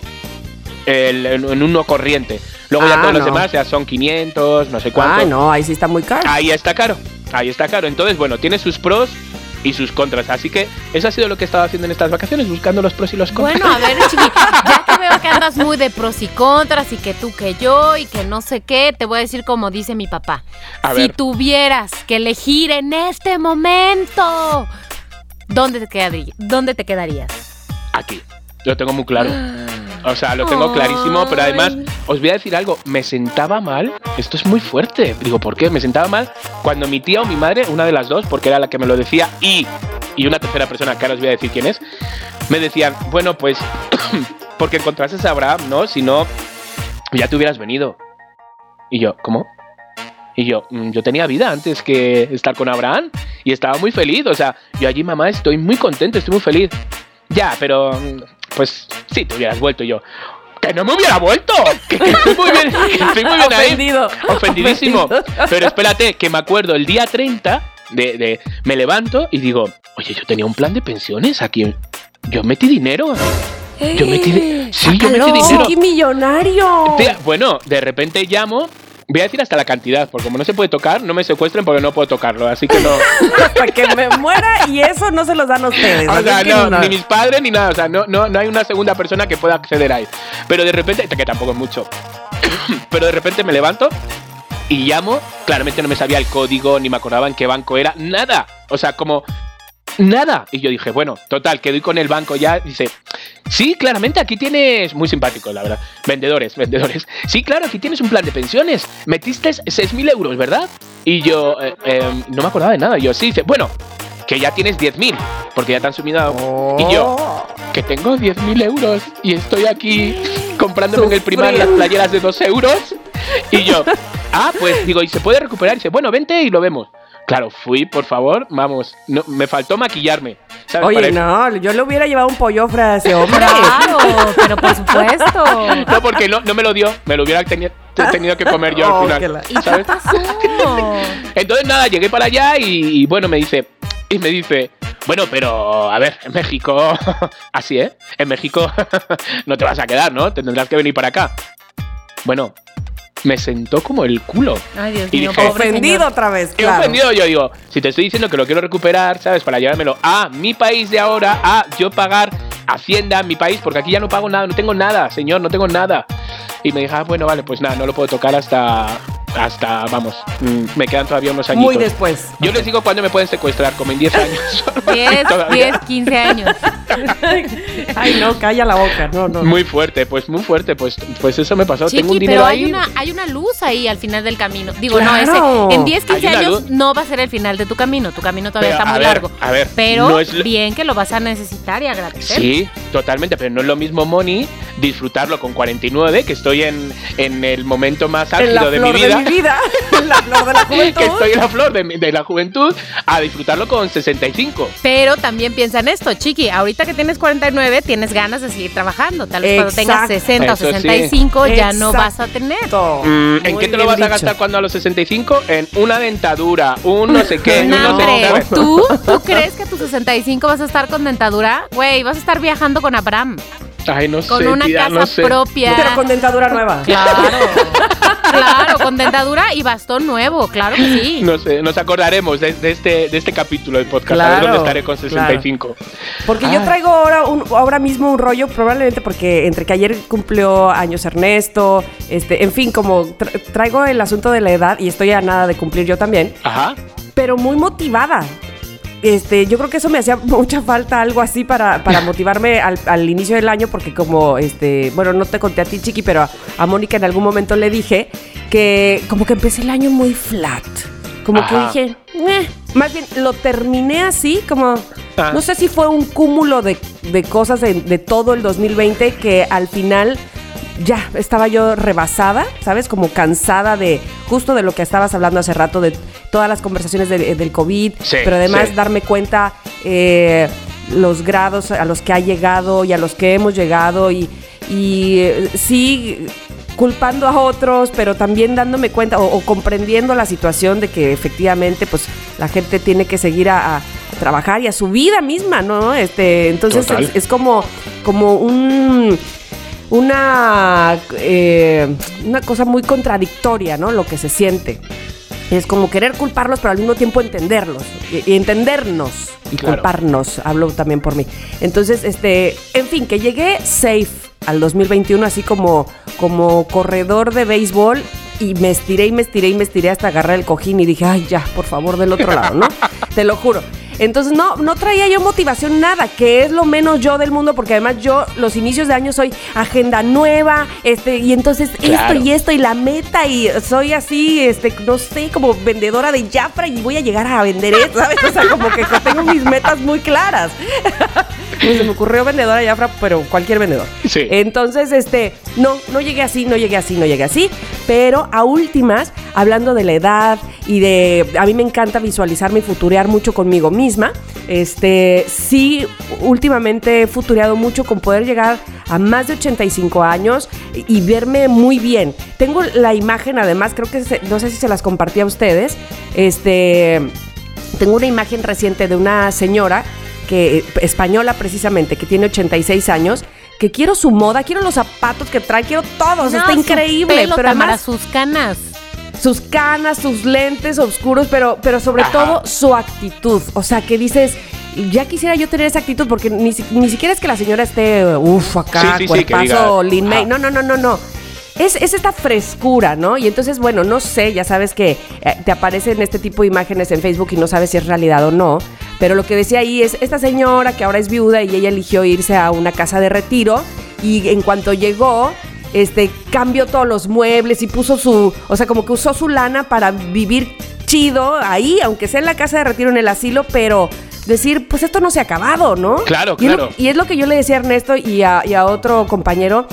En uno corriente. Luego ya todos los demás ya son 500, no sé cuánto. Ah, no, ahí sí está muy caro. Ahí está caro. Entonces, bueno, tiene sus pros y sus contras. Así que eso ha sido lo que he estado haciendo en estas vacaciones, buscando los pros y los contras. Bueno, a ver, Chiqui, ya que veo que andas muy de pros y contras y que tú que yo y que no sé qué, te voy a decir como dice mi papá. A Si ver. tuvieras que elegir en este momento, ¿dónde te quedarías? Aquí. Lo tengo muy claro. O sea, lo tengo clarísimo, pero además os voy a decir algo, me sentaba mal, esto es muy fuerte, digo, ¿por qué? Me sentaba mal cuando mi tía o mi madre, una de las dos, porque era la que me lo decía, y una tercera persona, que ahora os voy a decir quién es, me decían, bueno, pues, porque encontrases a Abraham, ¿no? Si no, ya te hubieras venido. Y yo, ¿cómo? Y yo tenía vida antes que estar con Abraham y estaba muy feliz, o sea, yo allí, mamá, estoy muy contento, estoy muy feliz. Ya, pero pues sí, te hubieras vuelto. Y yo, ¡que no me hubiera vuelto! ¡Que estoy muy bien, Ofendido. ahí! Ofendidísimo. Pero espérate, que me acuerdo, el día 30 me levanto y digo, oye, yo tenía un plan de pensiones aquí. Yo metí dinero. Yo metí dinero. ¡Chiqui millonario! Tía, bueno, de repente llamo. Voy a decir hasta la cantidad, porque como no se puede tocar, no me secuestren porque no puedo tocarlo, así que no. Hasta que me muera y eso no se los dan a ustedes. O así sea, que no, ni mis padres ni nada, o sea, no hay una segunda persona que pueda acceder ahí. Pero de repente, que tampoco es mucho, pero de repente me levanto Y llamo, claramente no me sabía el código, ni me acordaba en qué banco era, nada. O sea, como nada. Y yo dije, bueno, total, que doy con el banco ya. Dice, sí, claramente aquí tienes, muy simpático, la verdad, vendedores. Sí, claro, aquí tienes un plan de pensiones. Metiste 6.000 euros, ¿verdad? Y yo, no me acordaba de nada. Y yo, sí, dice, bueno, que ya tienes 10.000, porque ya te han subido. Y yo, que tengo 10.000 euros y estoy aquí comprándome en el Primar las playeras de 2 euros. Y yo, pues digo, ¿y se puede recuperar? Y dice, bueno, vente y lo vemos. Claro, fui, por favor, vamos, no, me faltó maquillarme, ¿sabes? Oye, no, yo le hubiera llevado un pollofre a ese hombre. Claro, pero por supuesto. No, porque no me lo dio, me lo hubiera tenido que comer yo al final, ¿Y qué pasó? Entonces nada, llegué para allá y bueno, me dice, bueno, pero a ver, en México, así, en México no te vas a quedar, ¿no? Tendrás que venir para acá. Bueno, me sentó como el culo. Ay, Dios y mío, dije, ofendido señor. otra vez, He claro. ofendido, yo digo, si te estoy diciendo que lo quiero recuperar, ¿sabes? Para llevármelo a mi país de ahora, a yo pagar Hacienda en mi país, porque aquí ya no pago nada, no tengo nada, señor, no tengo nada. Y me dijo, bueno, vale, pues nada, no lo puedo tocar hasta vamos, me quedan todavía unos añitos. Muy después. Yo les digo cuándo me pueden secuestrar, como en 10 años. 10, 15 años. Ay, no, calla la boca. No. Muy fuerte, pues eso me pasó. Chiqui, tengo un dinero pero ahí. hay una luz ahí al final del camino. Digo, Claro. no, en 10, 15 Hay una años luz. no va a ser el final de tu camino todavía Pero, está muy a ver, largo. a ver, pero no es bien que lo vas a necesitar y agradecer. Sí, totalmente, pero no es lo mismo, Moni, disfrutarlo con 49, que estoy en el momento más En la álgido de mi flor vida. de mi vida. En la flor de la juventud. Que estoy en la flor de la juventud, a disfrutarlo con 65. Pero también piensa en esto, Chiqui, ahorita que tienes 49 tienes ganas de seguir trabajando. Tal vez cuando tengas 60 o Eso sí. 65 ya no vas a tener. ¿En Muy qué te lo bien vas a dicho. gastar cuando a los 65? En una dentadura, un no sé qué, un No, no sé hombre, qué. ¿tú crees que a tus 65 vas a estar con dentadura? Güey, vas a estar viajando con Abraham. Ay, no Con sé, una tía, casa no sé. propia. Pero con dentadura nueva. Claro, con dentadura y bastón nuevo, claro que sí. No sé, nos acordaremos de este capítulo del podcast, a Claro, ver dónde estaré con 65. Porque yo traigo ahora mismo un rollo, probablemente porque entre que ayer cumplió años Ernesto, en fin, como traigo el asunto de la edad y estoy a nada de cumplir yo también, Ajá. pero muy motivada. Yo creo que eso me hacía mucha falta, algo así para motivarme al inicio del año, porque como, bueno, no te conté a ti, Chiqui, pero a Mónica en algún momento le dije que como que empecé el año muy flat. Como Ajá. que dije, más bien lo terminé así, como, Ah. no sé si fue un cúmulo de cosas de todo el 2020 que al final ya estaba yo rebasada, ¿sabes? Como cansada de justo de lo que estabas hablando hace rato, de todas las conversaciones del COVID, Sí, pero además sí. darme cuenta los grados a los que ha llegado y a los que hemos llegado y sí culpando a otros, pero también dándome cuenta o comprendiendo la situación de que efectivamente pues la gente tiene que seguir a trabajar y a su vida misma, ¿no? Entonces Total. es como una cosa muy contradictoria, ¿no? Lo que se siente. Es como querer culparlos, pero al mismo tiempo entenderlos y entendernos y Claro. culparnos. Hablo también por mí. Entonces, en fin, que llegué safe al 2021, así como corredor de béisbol, y me estiré hasta agarrar el cojín y dije, ay, ya, por favor, del otro lado, ¿no? Te lo juro. Entonces no traía yo motivación, nada, que es lo menos yo del mundo, porque además yo los inicios de año soy agenda nueva, y entonces Claro. esto y la meta, y soy así, no sé, como vendedora de Jafra y voy a llegar a vender esto, ¿sabes? O sea, como que tengo mis metas muy claras. Pues se me ocurrió vendedora de Jafra, pero cualquier vendedor. Sí. Entonces, no llegué así, pero a últimas, hablando de la edad y a mí me encanta visualizarme y futurear mucho conmigo misma, sí, últimamente he futureado mucho con poder llegar a más de 85 años y verme muy bien. Tengo la imagen, además, creo que, no sé si se las compartí a ustedes, tengo una imagen reciente de una señora española precisamente, que tiene 86 años, que quiero su moda, quiero los zapatos que trae, quiero todos, No, está su increíble, pelo, pero Tamara, además sus canas. sus canas, sus lentes oscuros, pero sobre Ajá. todo su actitud, o sea, que dices, ya quisiera yo tener esa actitud, porque ni siquiera es que la señora esté, acá, Sí, que cuerpazo, diga, Lin May, ajá. no, es esta frescura, ¿no? Y entonces, bueno, no sé, ya sabes que te aparecen este tipo de imágenes en Facebook y no sabes si es realidad o no, pero lo que decía ahí es esta señora que ahora es viuda y ella eligió irse a una casa de retiro y en cuanto llegó, cambió todos los muebles y puso como que usó su lana para vivir chido ahí, aunque sea en la casa de retiro, en el asilo, pero decir, pues esto no se ha acabado, ¿no? Claro, y claro. Es lo que yo le decía a Ernesto y a otro compañero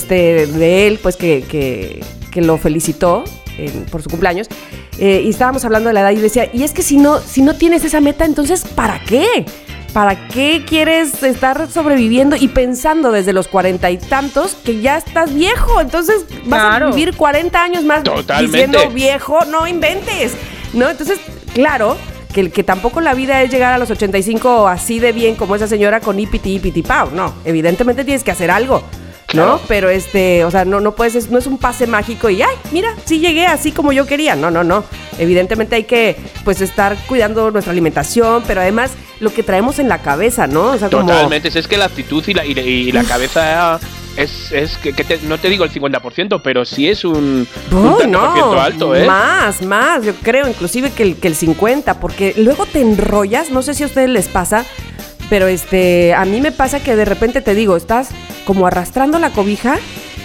de él, pues que lo felicitó por su cumpleaños, y estábamos hablando de la edad y decía, y es que si no tienes esa meta, entonces ¿para qué? ¿Para qué quieres estar sobreviviendo y pensando desde los 40 y tantos que ya estás viejo? Entonces vas a vivir 40 años más. Totalmente. Diciendo viejo, no inventes, ¿no? Entonces, claro, que tampoco la vida es llegar a los 85 así de bien como esa señora con ipiti pau, no. Evidentemente tienes que hacer algo, claro. ¿no? Pero o sea, no puedes, no es un pase mágico y ¡ay, mira, sí llegué así como yo quería! No. Evidentemente hay que, pues, estar cuidando nuestra alimentación, pero además lo que traemos en la cabeza, ¿no? O sea, totalmente, es que la actitud y la cabeza es que no te digo el 50%, pero sí es un 30% alto, ¿eh? Más, yo creo, inclusive que el 50%, porque luego te enrollas, no sé si a ustedes les pasa, pero a mí me pasa que de repente te digo, estás como arrastrando la cobija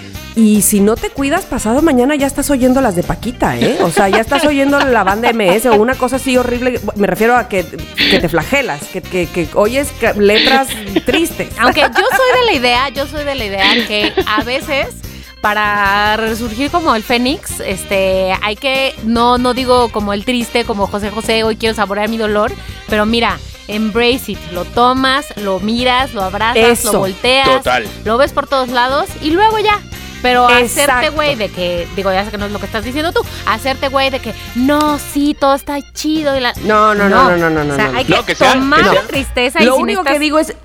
y si no te cuidas, pasado mañana ya estás oyendo las de Paquita, ¿eh? O sea, ya estás oyendo la banda MS o una cosa así horrible. Me refiero a que te flagelas, que oyes letras tristes. Aunque yo soy de la idea que a veces para resurgir como el fénix, hay que, no digo como el triste, como José, hoy quiero saborear mi dolor, pero mira, embrace it, lo tomas, lo miras, lo abrazas, eso, lo volteas, total. Lo ves por todos lados y luego ya. Pero exacto. Hacerte güey de que, digo, ya sé que no es lo que estás diciendo tú, hacerte güey de que, no, sí, todo está chido. Y No. O sea, hay que tomar la tristeza. Lo único que digo es,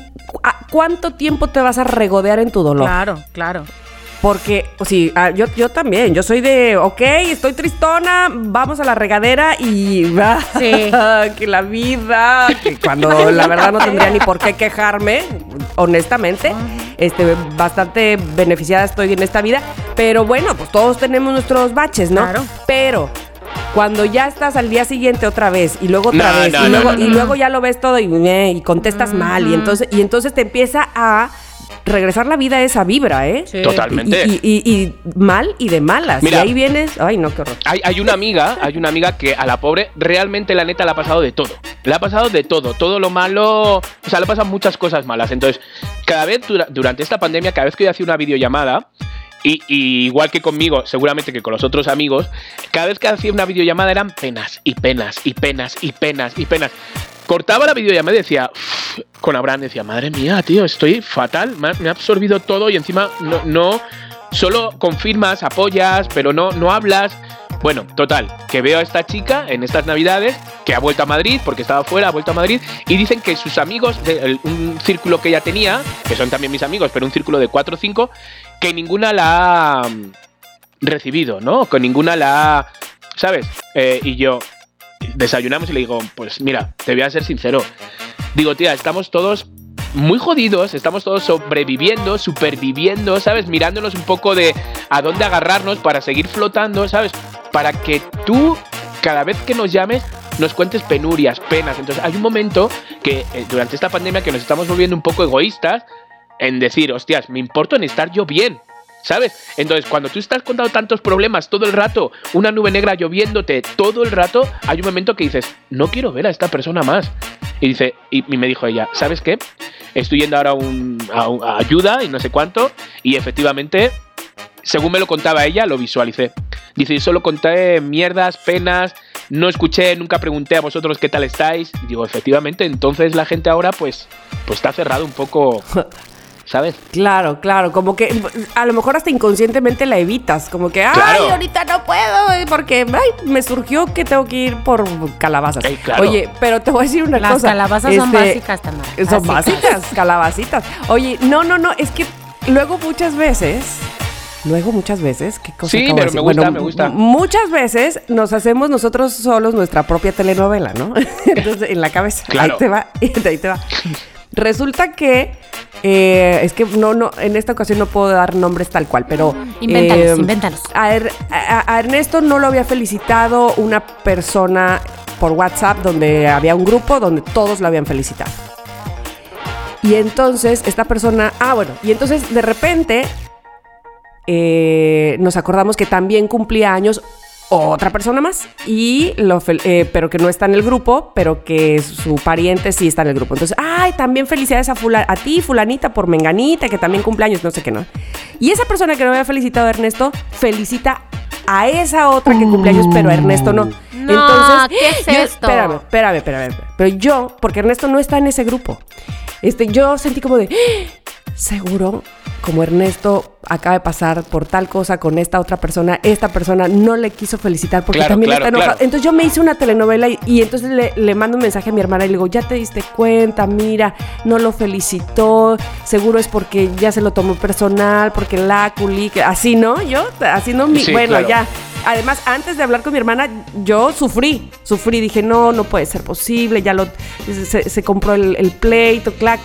¿cuánto tiempo te vas a regodear en tu dolor? Claro. Porque, sí, yo también, yo soy de, estoy tristona, vamos a la regadera y sí. Que la vida, que cuando la verdad no tendría ni por qué quejarme, honestamente, bastante beneficiada estoy en esta vida, pero bueno, pues todos tenemos nuestros baches, ¿no? Claro. Pero cuando ya estás al día siguiente otra vez y luego otra vez y luego ya lo ves todo y contestas mal y entonces te empieza a regresar la vida a esa vibra, ¿eh? Sí. Totalmente. Y mal y de malas. Mira, y ahí vienes... Ay, no, qué horror. Hay una amiga que a la pobre realmente la neta le ha pasado de todo. Le ha pasado de todo. Todo lo malo... O sea, le pasan muchas cosas malas. Entonces, cada vez durante esta pandemia, cada vez que yo hacía una videollamada... Y igual que conmigo, seguramente que con los otros amigos, cada vez que hacía una videollamada eran penas y penas y penas y penas y penas. Cortaba la videollamada y decía, con Abraham decía, madre mía, tío, estoy fatal, me ha absorbido todo y encima no solo confirmas, apoyas, pero no hablas. Bueno, total, que veo a esta chica en estas navidades que ha vuelto a Madrid, porque estaba fuera, ha vuelto a Madrid, y dicen que sus amigos, un círculo que ella tenía, que son también mis amigos, pero un círculo de 4 o 5, que ninguna la ha recibido, ¿no? Con ninguna la ha... ¿Sabes? Y yo desayunamos y le digo, pues mira, te voy a ser sincero. Digo, tía, estamos todos muy jodidos, estamos todos sobreviviendo, superviviendo, ¿sabes? Mirándonos un poco de a dónde agarrarnos para seguir flotando, ¿sabes? Para que tú, cada vez que nos llames, nos cuentes penurias, penas. Entonces hay un momento que durante esta pandemia que nos estamos volviendo un poco egoístas en decir, hostias, me importa en estar yo bien, ¿sabes? Entonces cuando tú estás contando tantos problemas todo el rato, una nube negra lloviéndote todo el rato, hay un momento que dices, no quiero ver a esta persona más. Y me dijo ella, ¿sabes qué? Estoy yendo ahora a ayuda y no sé cuánto, y efectivamente, según me lo contaba ella, lo visualicé. Dice, solo conté mierdas, penas, no escuché, nunca pregunté a vosotros qué tal estáis. Y digo, efectivamente, entonces la gente ahora pues está cerrado un poco, ¿sabes? Claro, como que a lo mejor hasta inconscientemente la evitas, como que, claro. Ay, ahorita no puedo, porque me surgió que tengo que ir por calabazas. Claro. Oye, pero te voy a decir una cosa. Las calabazas son básicas también. Son básicas, calabacitas. Oye, no, es que luego muchas veces, ¿qué cosa? Sí, pero me gusta. Muchas veces nos hacemos nosotros solos nuestra propia telenovela, ¿no? Entonces, en la cabeza. Claro. Ahí te va. Resulta que Es que no, en esta ocasión no puedo dar nombres tal cual, pero... Invéntalos. A Ernesto no lo había felicitado una persona por WhatsApp donde había un grupo donde todos lo habían felicitado. Y entonces esta persona... y entonces de repente nos acordamos que también cumplía años otra persona más, pero que no está en el grupo, pero que su pariente sí está en el grupo. Entonces, también felicidades a ti, fulanita, por menganita, que también cumpleaños, no sé qué, ¿no? Y esa persona que no había felicitado a Ernesto, felicita a esa otra que cumpleaños, pero a Ernesto no. No, entonces, ¿qué es esto? Espérame. Pero yo, porque Ernesto no está en ese grupo, yo sentí como de... Seguro, como Ernesto acaba de pasar por tal cosa con esta otra persona, esta persona no le quiso felicitar porque también está enojado. Claro. Entonces yo me hice una telenovela y entonces le mando un mensaje a mi hermana y le digo, ya te diste cuenta, mira, no lo felicitó, seguro es porque ya se lo tomó personal, porque así, ¿no? Claro. Ya. Además, antes de hablar con mi hermana, yo sufrí, dije, no puede ser posible, ya se compró el pleito, clac,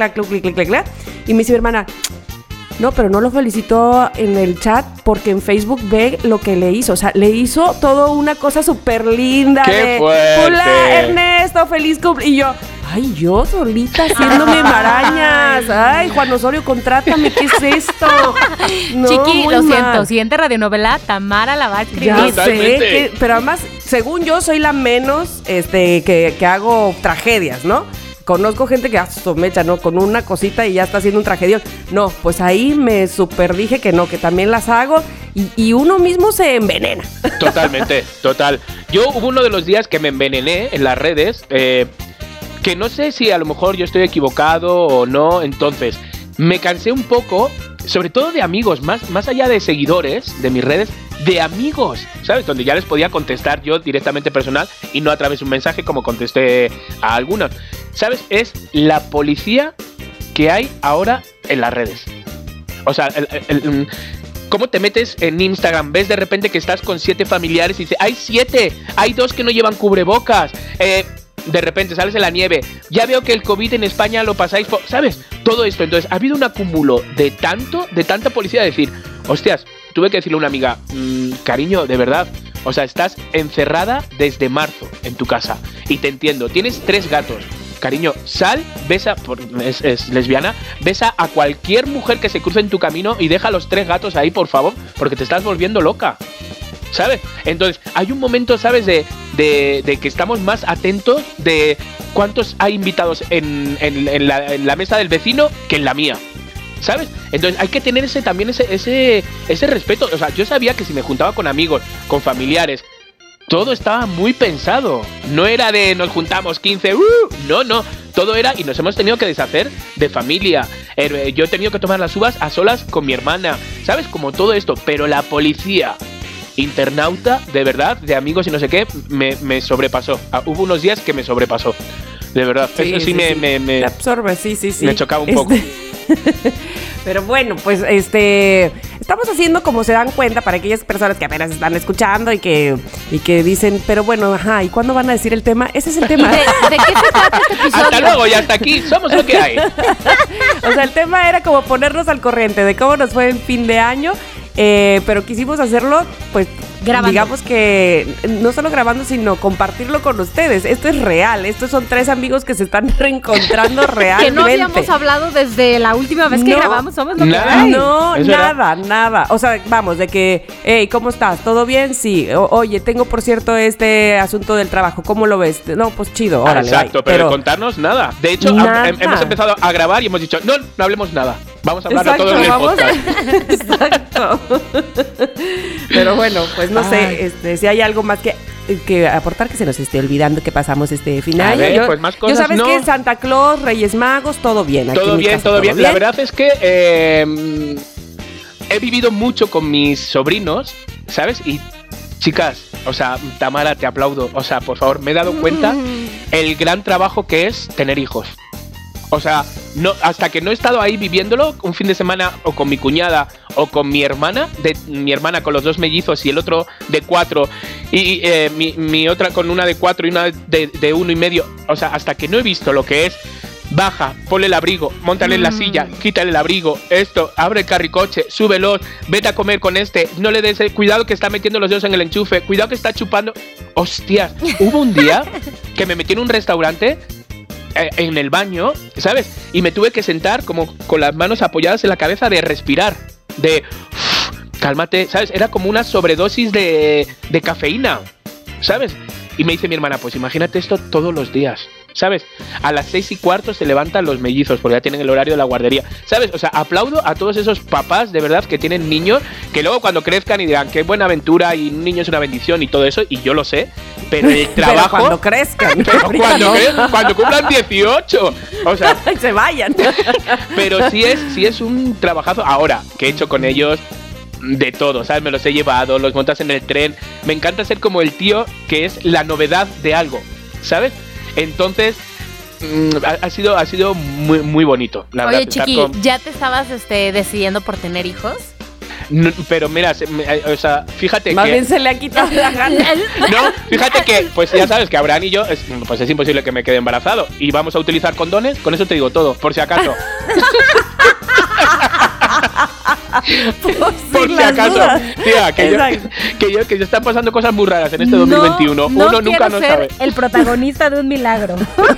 y me dice mi hermana, no, pero no lo felicitó en el chat porque en Facebook ve lo que le hizo, o sea, le hizo todo una cosa súper linda. ¡Qué fuerte! Hola, Ernesto, feliz cumpleaños. Y yo solita haciéndome marañas. Ay, Juan Osorio, contrátame, ¿qué es esto? No, Chiqui, lo mal. siento, siguiente radionovela, Tamara la va a escribir. Ya sé, pero además, según yo, soy la menos que hago tragedias, ¿no? Conozco gente que mecha, ¿no? Con una cosita y ya está haciendo un tragedión. No, pues ahí me super dije que no, que también las hago y uno mismo se envenena. Totalmente, total. Yo hubo uno de los días que me envenené en las redes, que no sé si a lo mejor yo estoy equivocado o no, entonces me cansé un poco, sobre todo de amigos, más allá de seguidores de mis redes, de amigos, ¿sabes? Donde ya les podía contestar yo directamente personal y no a través de un mensaje como contesté a algunos. ¿Sabes? Es la policía que hay ahora en las redes. O sea, ¿cómo te metes en Instagram? Ves de repente que estás con 7 familiares y dices, hay 7, hay 2 que no llevan cubrebocas, de repente sales en la nieve, ya veo que el COVID en España lo pasáis por... ¿Sabes? Todo esto, entonces ha habido un acúmulo de tanta policía, de decir, hostias, tuve que decirle a una amiga, cariño, de verdad, o sea, estás encerrada desde marzo en tu casa y te entiendo, tienes 3 gatos, cariño, sal, besa, es lesbiana, besa a cualquier mujer que se cruce en tu camino y deja los 3 gatos ahí, por favor, porque te estás volviendo loca, ¿sabes? Entonces, hay un momento, ¿sabes? De que estamos más atentos de cuántos hay invitados en la mesa del vecino que en la mía, ¿sabes? Entonces hay que tener ese respeto. O sea, yo sabía que si me juntaba con amigos, con familiares, todo estaba muy pensado. No era de nos juntamos 15, no. Todo era, y nos hemos tenido que deshacer de familia. Yo he tenido que tomar las uvas a solas con mi hermana, ¿sabes? Como todo esto. Pero la policía, internauta, de verdad, de amigos y no sé qué, me sobrepasó. Hubo unos días que me sobrepasó. De verdad, sí, eso sí, me absorbe, sí. Me chocaba un poco. Pero bueno, pues estamos haciendo, como se dan cuenta, para aquellas personas que apenas están escuchando y que dicen, pero bueno, ajá, ¿y cuándo van a decir el tema? Ese es el tema. ¿De qué se trata este episodio? Hasta luego y hasta aquí, somos lo que hay. O sea, el tema era como ponernos al corriente de cómo nos fue en fin de año, pero quisimos hacerlo, pues, grabando. Digamos que no solo grabando, sino compartirlo con ustedes. Esto es real. Estos son 3 amigos que se están reencontrando realmente. Que no habíamos hablado desde la última vez que grabamos. Somos lo que hay. No, nada. O sea, vamos, de que, hey, ¿cómo estás? ¿Todo bien? Sí. Oye, tengo, por cierto, este asunto del trabajo. ¿Cómo lo ves? No, pues chido. Órale, exacto, pero de contarnos nada. De hecho, hemos empezado a grabar y hemos dicho, no hablemos nada. Vamos a hablar a todos en el podcast. Exacto. Pero bueno, pues no sé, si hay algo más que aportar, que se nos esté olvidando que pasamos este final. A ver, pues más cosas. Yo sabes que Santa Claus, Reyes Magos, todo bien. Todo bien. La verdad es que he vivido mucho con mis sobrinos, ¿sabes? Y chicas, o sea, Tamara, te aplaudo. O sea, por favor, me he dado cuenta el gran trabajo que es tener hijos. O sea, no, hasta que no he estado ahí viviéndolo un fin de semana o con mi cuñada o con mi hermana con los 2 mellizos y el otro de 4 y mi otra con una de 4 y una de 1,5. O sea, hasta que no he visto lo que es baja, ponle el abrigo, móntale en la silla, quítale el abrigo, esto, abre el carricoche, súbelo, vete a comer con este, no le des, cuidado que está metiendo los dedos en el enchufe, cuidado que está chupando. Hostias, hubo un día que me metí en un restaurante en el baño, ¿sabes? Y me tuve que sentar como con las manos apoyadas en la cabeza de respirar, de cálmate, ¿sabes? Era como una sobredosis de cafeína, ¿sabes? Y me dice mi hermana, pues imagínate esto todos los días, ¿sabes? A las 6:15 se levantan los mellizos porque ya tienen el horario de la guardería, ¿sabes? O sea, aplaudo a todos esos papás de verdad que tienen niños, que luego cuando crezcan y dirán qué buena aventura y un niño es una bendición y todo eso, y yo lo sé, pero el trabajo... Pero cuando crezcan. Pero cuando cumplan 18, o sea... se vayan. Pero sí es un trabajazo. Ahora, que he hecho con ellos... de todo, ¿sabes? Me los he llevado, los montas en el tren. Me encanta ser como el tío que es la novedad de algo, ¿sabes? Entonces, ha sido muy, muy bonito, la verdad. Oye, Chiqui, ¿ya te estabas decidiendo por tener hijos? No, pero mira, o sea, fíjate Más que... bien se le ha quitado la gana. No, fíjate que, pues ya sabes que Abraham y yo, pues es imposible que me quede embarazado. Y vamos a utilizar condones, con eso te digo todo, por si acaso. Por si acaso, tía, que ya están pasando cosas muy raras en este 2021. Uno nunca no sabe. El protagonista de un milagro.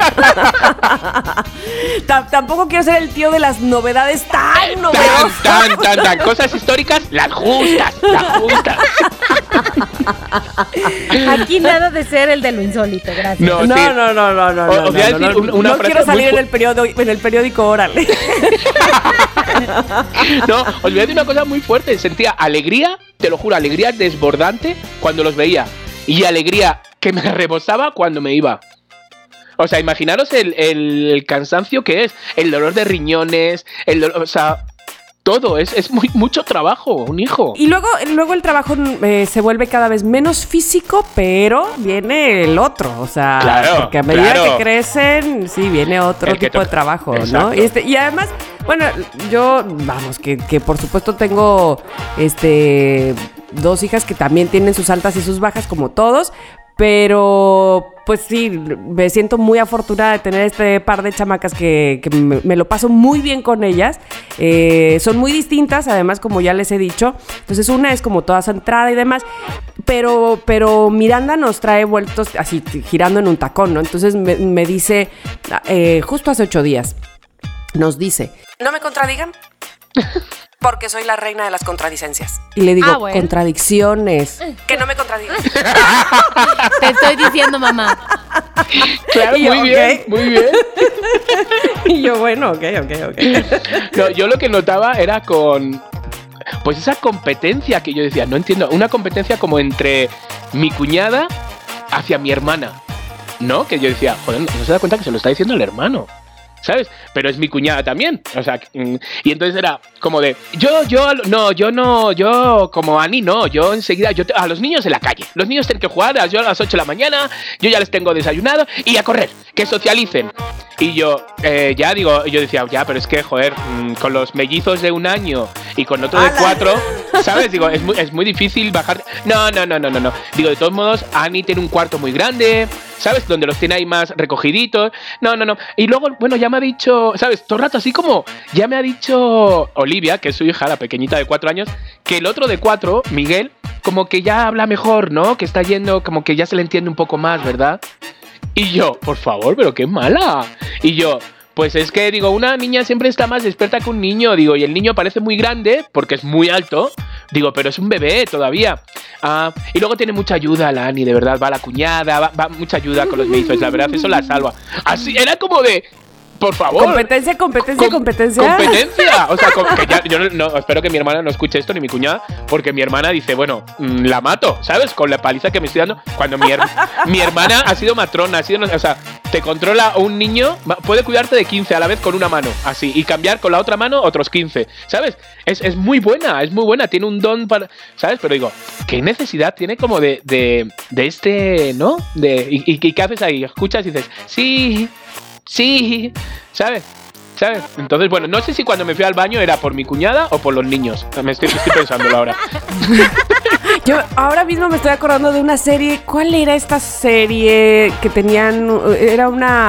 Tampoco quiero ser el tío de las novedades tan novedosas. Tan cosas históricas, las justas. Aquí nada de ser el de lo insólito, gracias. No. No quiero salir en el periódico, órale. No, os voy a decir una cosa muy fuerte. Sentía alegría, te lo juro, alegría desbordante cuando los veía. Y alegría que me rebosaba cuando me iba. O sea, imaginaros el cansancio que es, el dolor de riñones, o sea, todo, es mucho trabajo, un hijo. Y luego el trabajo se vuelve cada vez menos físico, pero viene el otro, o sea, claro, porque a medida que crecen, sí, viene otro tipo de trabajo, ¿no? Y además, bueno, yo, vamos, que por supuesto tengo, 2 hijas que también tienen sus altas y sus bajas, como todos, pero pues sí, me siento muy afortunada de tener este par de chamacas que me lo paso muy bien con ellas. Son muy distintas, además, como ya les he dicho. Entonces una es como toda centrada y demás, pero Miranda nos trae vueltos así, girando en un tacón, ¿no? Entonces me dice, justo hace 8 días, nos dice, no me contradigan, porque soy la reina de las contradicciones. Y le digo, bueno, contradicciones. Que no me contradigas. Te estoy diciendo, mamá. Claro, y yo, muy bien, muy bien. Y yo, bueno, ok. No, yo lo que notaba era con... pues esa competencia que yo decía, no entiendo, una competencia como entre mi cuñada hacia mi hermana, ¿no? Que yo decía, joder, no se da cuenta que se lo está diciendo el hermano, ¿sabes? Pero es mi cuñada también, o sea, y entonces era como de, yo como Ani, no, yo enseguida, a los niños en la calle, los niños tienen que jugar a las 8 de la mañana, yo ya les tengo desayunado y a correr, que socialicen. Y yo, yo decía, ya, pero es que, joder, con los mellizos de 1 año y con otro de 4, ¿sabes? Digo, es muy difícil bajar. No. Digo, de todos modos, Ani tiene un cuarto muy grande, ¿sabes? Donde los tiene ahí más recogiditos. No. Y luego, bueno, ya me ha dicho, ¿sabes? Todo el rato así como, ya me ha dicho Olivia, que es su hija, la pequeñita de 4 años, que el otro de 4, Miguel, como que ya habla mejor, ¿no? Que está yendo, como que ya se le entiende un poco más, ¿verdad? Y yo, por favor, pero qué mala. Y yo, pues es que, digo, una niña siempre está más despierta que un niño, digo, y el niño parece muy grande porque es muy alto, digo, pero es un bebé todavía. Y luego tiene mucha ayuda la Ani, de verdad, va la cuñada, va mucha ayuda con los mellizos, la verdad, eso la salva. Así, era como de... por favor. Competencia. Competencia. O sea, que ya, yo no, espero que mi hermana no escuche esto, ni mi cuñada, porque mi hermana dice, bueno, la mato, ¿sabes? Con la paliza que me estoy dando. Cuando mi hermana ha sido matrona, o sea, te controla un niño, puede cuidarte de 15 a la vez con una mano, así, y cambiar con la otra mano otros 15, ¿sabes? Es muy buena, tiene un don para, ¿sabes? Pero digo, ¿qué necesidad tiene como de ¿no? ¿Y qué haces ahí? Escuchas y dices, sí, ¿sabes? Entonces, bueno, no sé si cuando me fui al baño era por mi cuñada o por los niños. Me estoy pensándolo ahora. Yo ahora mismo me estoy acordando de una serie. ¿Cuál era esta serie que tenían? Era una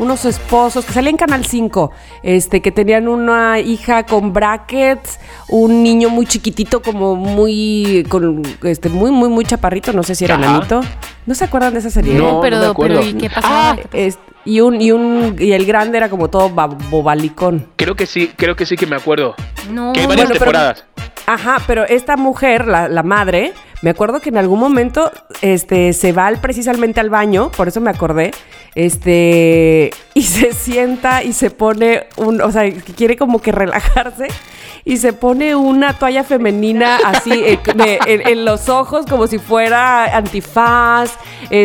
unos esposos que salían en Canal 5, que tenían una hija con brackets, un niño muy chiquitito, como muy muy chaparrito, no sé si era enanito. ¿No se acuerdan de esa serie? No, pero ¿y qué pasaba? Y el grande era como todo bobalicón. Creo que sí que me acuerdo. No. Que hay varias temporadas. Pero esta mujer, la madre, me acuerdo que en algún momento se va precisamente al baño, por eso me acordé, y se sienta y se pone que quiere como que relajarse y se pone una toalla femenina así en los ojos como si fuera antifaz,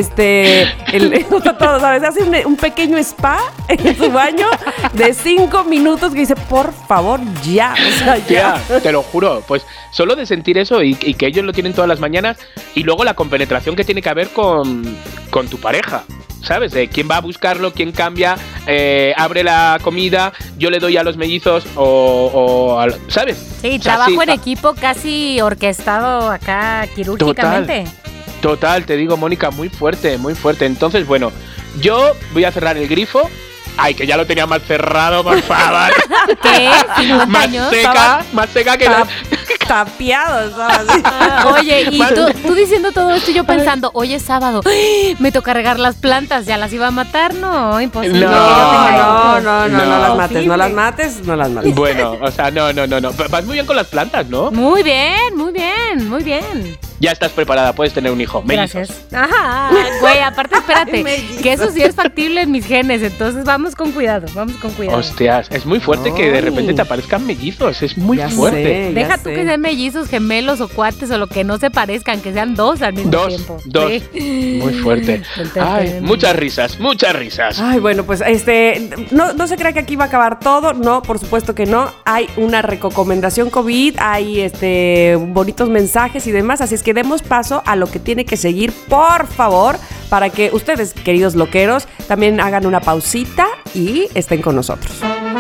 todo, ¿sabes? Hace un pequeño spa en su baño de 5 minutos que dice, por favor, ya, ya. Te lo juro, pues solo de sentir eso y que ellos lo tienen todas las mañanas y luego la compenetración que tiene que haber con tu pareja. ¿Sabes? ¿Quién va a buscarlo? ¿Quién cambia? Abre la comida, yo le doy a los mellizos ¿sabes? Sí, trabajo en equipo casi orquestado acá quirúrgicamente. Total, te digo, Mónica, muy fuerte, muy fuerte. Entonces, bueno, yo voy a cerrar el grifo. Ay, que ya lo tenía más cerrado, por favor. ¿Qué? Más seca que la... Tapiado, ¿sabes? Oye, y tú diciendo todo esto y yo pensando, hoy es sábado, me toca regar las plantas, ya las iba a matar, no, imposible. No las mates. Bueno, o sea, no. Vas muy bien con las plantas, ¿no? Muy bien. Ya estás preparada, puedes tener un hijo. Mellizos. Gracias. Ajá, güey, aparte espérate, que eso sí es factible en mis genes, entonces vamos con cuidado. Hostias, es muy fuerte que de repente te aparezcan mellizos, es muy fuerte. Deja tú que sean mellizos, gemelos o cuates o lo que no se parezcan, que sean dos al mismo tiempo. Dos. Sí. Muy fuerte. Ay, muchas risas. Ay, bueno, pues no se crea que aquí va a acabar todo, no, por supuesto que no. Hay una recomendación COVID, hay bonitos mensajes y demás, así es que demos paso a lo que tiene que seguir, por favor, para que ustedes, queridos loqueros, también hagan una pausita y estén con nosotros.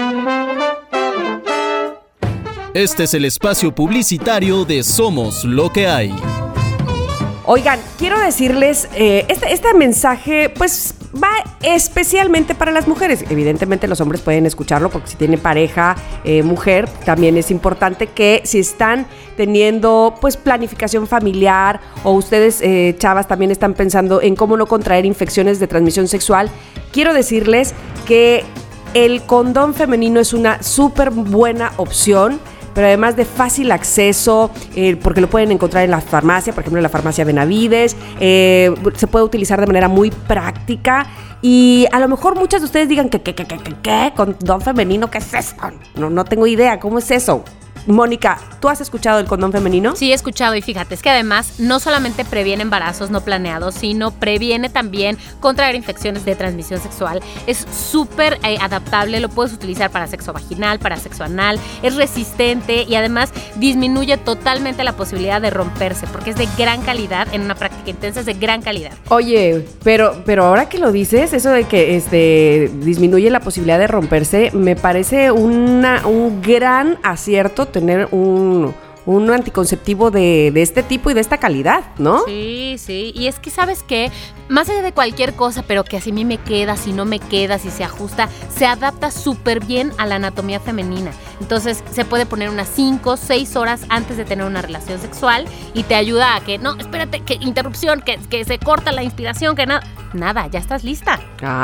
Este es el espacio publicitario de Somos lo que hay. Oigan, quiero decirles, este mensaje pues va especialmente para las mujeres. Evidentemente los hombres pueden escucharlo porque si tienen pareja, mujer, también es importante que si están teniendo pues planificación familiar o ustedes, chavas, también están pensando en cómo no contraer infecciones de transmisión sexual, quiero decirles que el condón femenino es una súper buena opción, pero además de fácil acceso, porque lo pueden encontrar en la farmacia, por ejemplo en la farmacia Benavides, se puede utilizar de manera muy práctica y a lo mejor muchas de ustedes digan ¿qué? ¿Condón femenino? ¿Qué es eso? No tengo idea, ¿cómo es eso? Mónica, ¿tú has escuchado el condón femenino? Sí, he escuchado y fíjate, es que además no solamente previene embarazos no planeados, sino previene también contraer infecciones de transmisión sexual. Es súper adaptable, lo puedes utilizar para sexo vaginal, para sexo anal, es resistente y además disminuye totalmente la posibilidad de romperse porque es de gran calidad, en una práctica intensa es de gran calidad. Oye, pero ahora que lo dices, eso de que disminuye la posibilidad de romperse, me parece un gran acierto tener un anticonceptivo de este tipo y de esta calidad, ¿no? Sí, y es que ¿sabes qué? Más allá de cualquier cosa, pero que si a mí me queda, si no me queda, si se ajusta, se adapta súper bien a la anatomía femenina. Entonces se puede poner unas 5, 6 horas antes de tener una relación sexual y te ayuda a que, no, espérate, que interrupción, que se corta la inspiración, que nada, ya estás lista.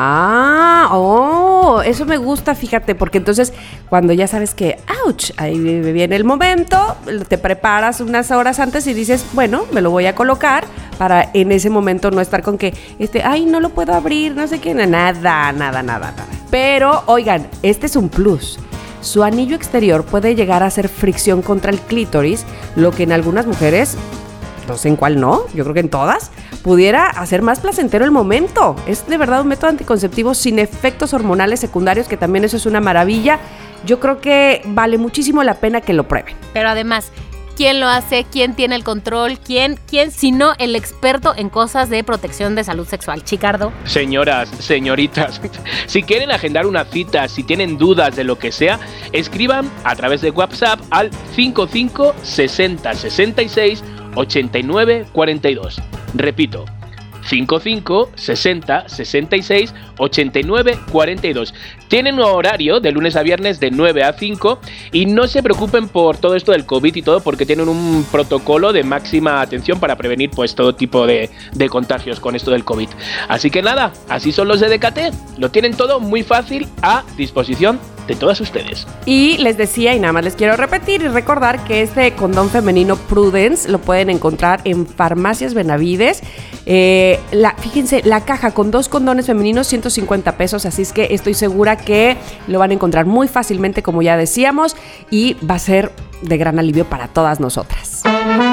Eso me gusta, fíjate, porque entonces cuando ya sabes que, ouch, ahí viene el momento, te preparas unas horas antes y dices, bueno, me lo voy a colocar para en ese momento no estar con que, no lo puedo abrir, no sé qué, nada. Pero, oigan, este es un plus. Su anillo exterior puede llegar a hacer fricción contra el clítoris, lo que en algunas mujeres, no sé en cuál no, yo creo que en todas, pudiera hacer más placentero el momento. Es de verdad un método anticonceptivo sin efectos hormonales secundarios, que también eso es una maravilla. Yo creo que vale muchísimo la pena que lo prueben. Pero además, ¿quién lo hace? ¿Quién tiene el control? ¿Quién sino el experto en cosas de protección de salud sexual? Chicardo. Señoras, señoritas, si quieren agendar una cita, si tienen dudas de lo que sea, escriban a través de WhatsApp al 55 60 66 89 42. Repito, 55 60 66 89 42. Tienen un horario de lunes a viernes de 9 a 5 y no se preocupen por todo esto del COVID y todo, porque tienen un protocolo de máxima atención para prevenir pues todo tipo de contagios con esto del COVID. Así que nada, así son los de Decathlon. Lo tienen todo muy fácil a disposición de todas ustedes. Y les decía, y nada más les quiero repetir y recordar que este condón femenino Prudence lo pueden encontrar en Farmacias Benavides. Fíjense, la caja con 2 condones femeninos, 150 pesos, así es que estoy segura que lo van a encontrar muy fácilmente, como ya decíamos, y va a ser de gran alivio para todas nosotras.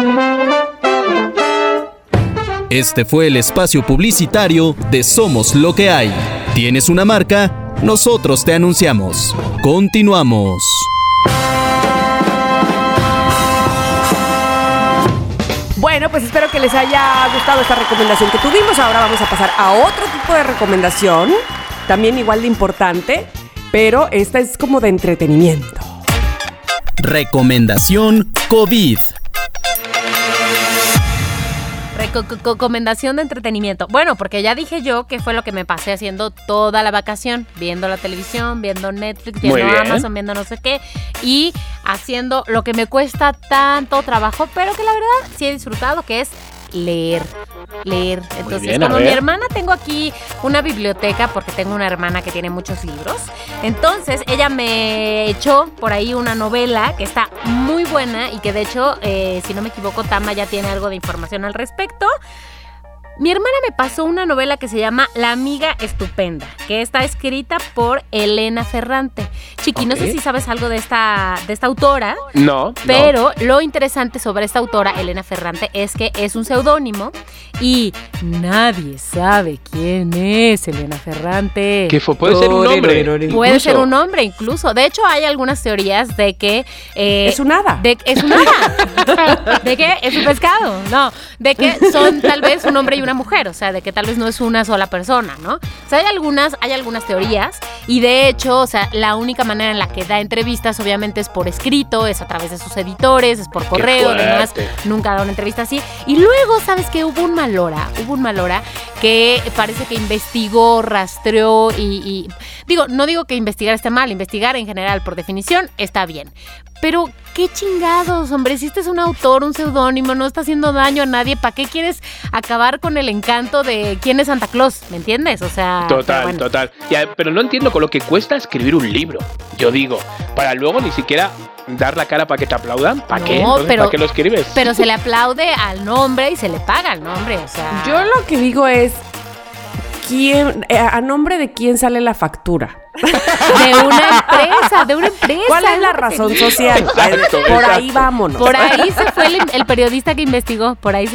Este fue el espacio publicitario de Somos lo que hay. ¿Tienes una marca? Nosotros te anunciamos. Continuamos. Bueno, pues espero que les haya gustado esta recomendación que tuvimos. Ahora vamos a pasar a otro tipo de recomendación, también igual de importante, pero esta es como de entretenimiento. Recomendación COVID. Recomendación de entretenimiento. Bueno, porque ya dije yo que fue lo que me pasé haciendo toda la vacación, viendo la televisión, viendo Netflix, viendo Amazon, viendo no sé qué, y haciendo lo que me cuesta tanto trabajo, pero que la verdad sí he disfrutado, que es leer. Entonces, bien, como mi hermana, tengo aquí una biblioteca, porque tengo una hermana que tiene muchos libros. Entonces, ella me echó por ahí una novela que está muy buena y que de hecho, si no me equivoco, Tama ya tiene algo de información al respecto. Mi hermana me pasó una novela que se llama La amiga estupenda, que está escrita por Elena Ferrante. Chiqui, no sé si sabes algo de esta autora. No. Pero lo interesante sobre esta autora, Elena Ferrante, es que es un seudónimo y nadie sabe quién es Elena Ferrante. ¿Qué fue? Puede ser un hombre. Puede ser un hombre incluso. De hecho, hay algunas teorías de que... es un hada. Es un hada. De que es un pescado. No, de que son tal vez un hombre y una mujer, o sea, de que tal vez no es una sola persona, ¿no? O sea, hay algunas teorías y de hecho, o sea, la única manera en la que da entrevistas obviamente es por escrito, es a través de sus editores, es por correo, además nunca da una entrevista así. Y luego, ¿sabes qué? Hubo un malora que parece que investigó, rastreó y digo, no digo que investigar esté mal, investigar en general por definición está bien. Pero qué chingados, hombre, si este es un autor, un seudónimo, no está haciendo daño a nadie, ¿para qué quieres acabar con el encanto de quién es Santa Claus? ¿Me entiendes? O sea... Total. Ya, pero no entiendo con lo que cuesta escribir un libro. Yo digo, para luego ni siquiera dar la cara para que te aplaudan. ¿Para qué? Entonces, ¿para qué lo escribes? Pero se le aplaude al nombre y se le paga al nombre, o sea... Yo lo que digo es... ¿a nombre de quién sale la factura? De una empresa. ¿Cuál es la razón social? Exacto. Ahí vámonos. Por ahí se fue el periodista que investigó.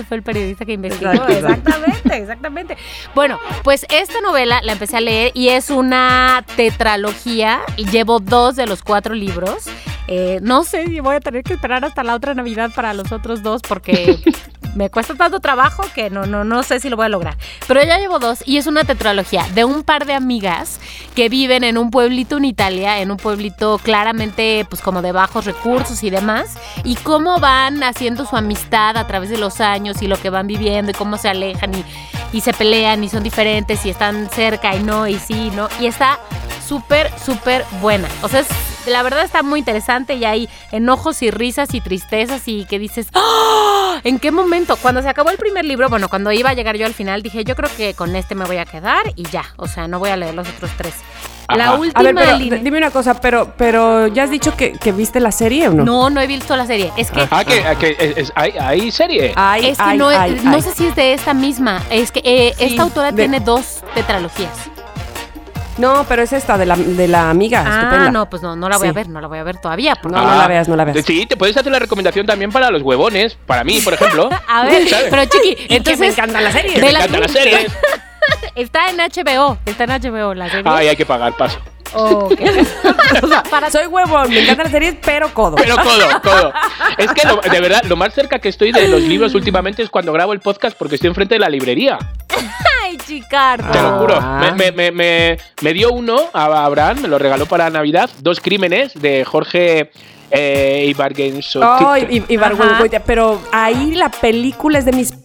Exactamente. Bueno, pues esta novela la empecé a leer y es una tetralogía. Llevo 2 de los 4 libros. No sé si voy a tener que esperar hasta la otra Navidad para los otros 2 porque me cuesta tanto trabajo que no sé si lo voy a lograr. Pero ya llevo 2 y es una tetralogía de un par de amigas que viven en un pueblito en Italia, en un pueblito claramente pues como de bajos recursos y demás, y cómo van haciendo su amistad a través de los años y lo que van viviendo y cómo se alejan y se pelean y son diferentes y están cerca y no, y sí, no, y está súper buena. O sea, la verdad está muy interesante y hay enojos y risas y tristezas y que dices, ¡oh! ¿En qué momento? Cuando se acabó el primer libro, bueno, cuando iba a llegar yo al final, dije, yo creo que con este me voy a quedar y ya, o sea, no voy a leer los otros 3. Ajá. La última... A ver, pero dime una cosa, pero ¿ya has dicho que viste la serie o no? No he visto la serie. Es que... ¿Hay serie? No sé si es de esta misma. Es que esta autora tiene 2 tetralogías. No, pero es esta de la amiga estupenda. No, pues no la voy a ver, no la voy a ver todavía. No la veas. Sí, te puedes hacer la recomendación también para los huevones, para mí, por ejemplo. A ver, ¿sabes? pero chiqui, entonces... me encantan las series. Me encantan las series. Está en HBO la serie. Ay, hay que pagar, paso. Okay. O sea, soy huevón, me encantan las series, pero codo. Es que de verdad, lo más cerca que estoy de los libros últimamente es cuando grabo el podcast porque estoy enfrente de la librería. Ay, Chicardo. Te lo juro. Me dio uno a Abraham, me lo regaló para Navidad, 2 crímenes de Jorge Ibargüengoitia. Pero ahí la película es de mis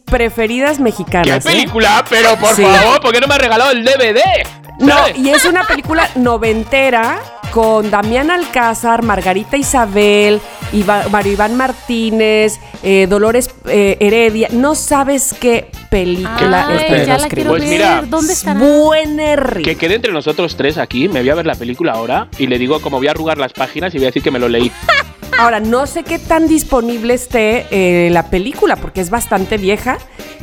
preferidas mexicanas. ¿Qué película? Pero por Sí. favor, ¿por qué no me has regalado el DVD? No, ¿Sabes? y es una película noventera con Damián Alcázar, Margarita Isabel, Mario Iván Martínez, Dolores Heredia. No sabes qué película Ay, es de ya los la quiero Pues ver. mira, ¿Dónde estará? Buenerri. Que quede entre nosotros tres aquí, me voy a ver la película ahora y le digo como voy a arrugar las páginas y voy a decir que me lo leí. Ahora, no sé qué tan disponible esté la película, porque es bastante vieja.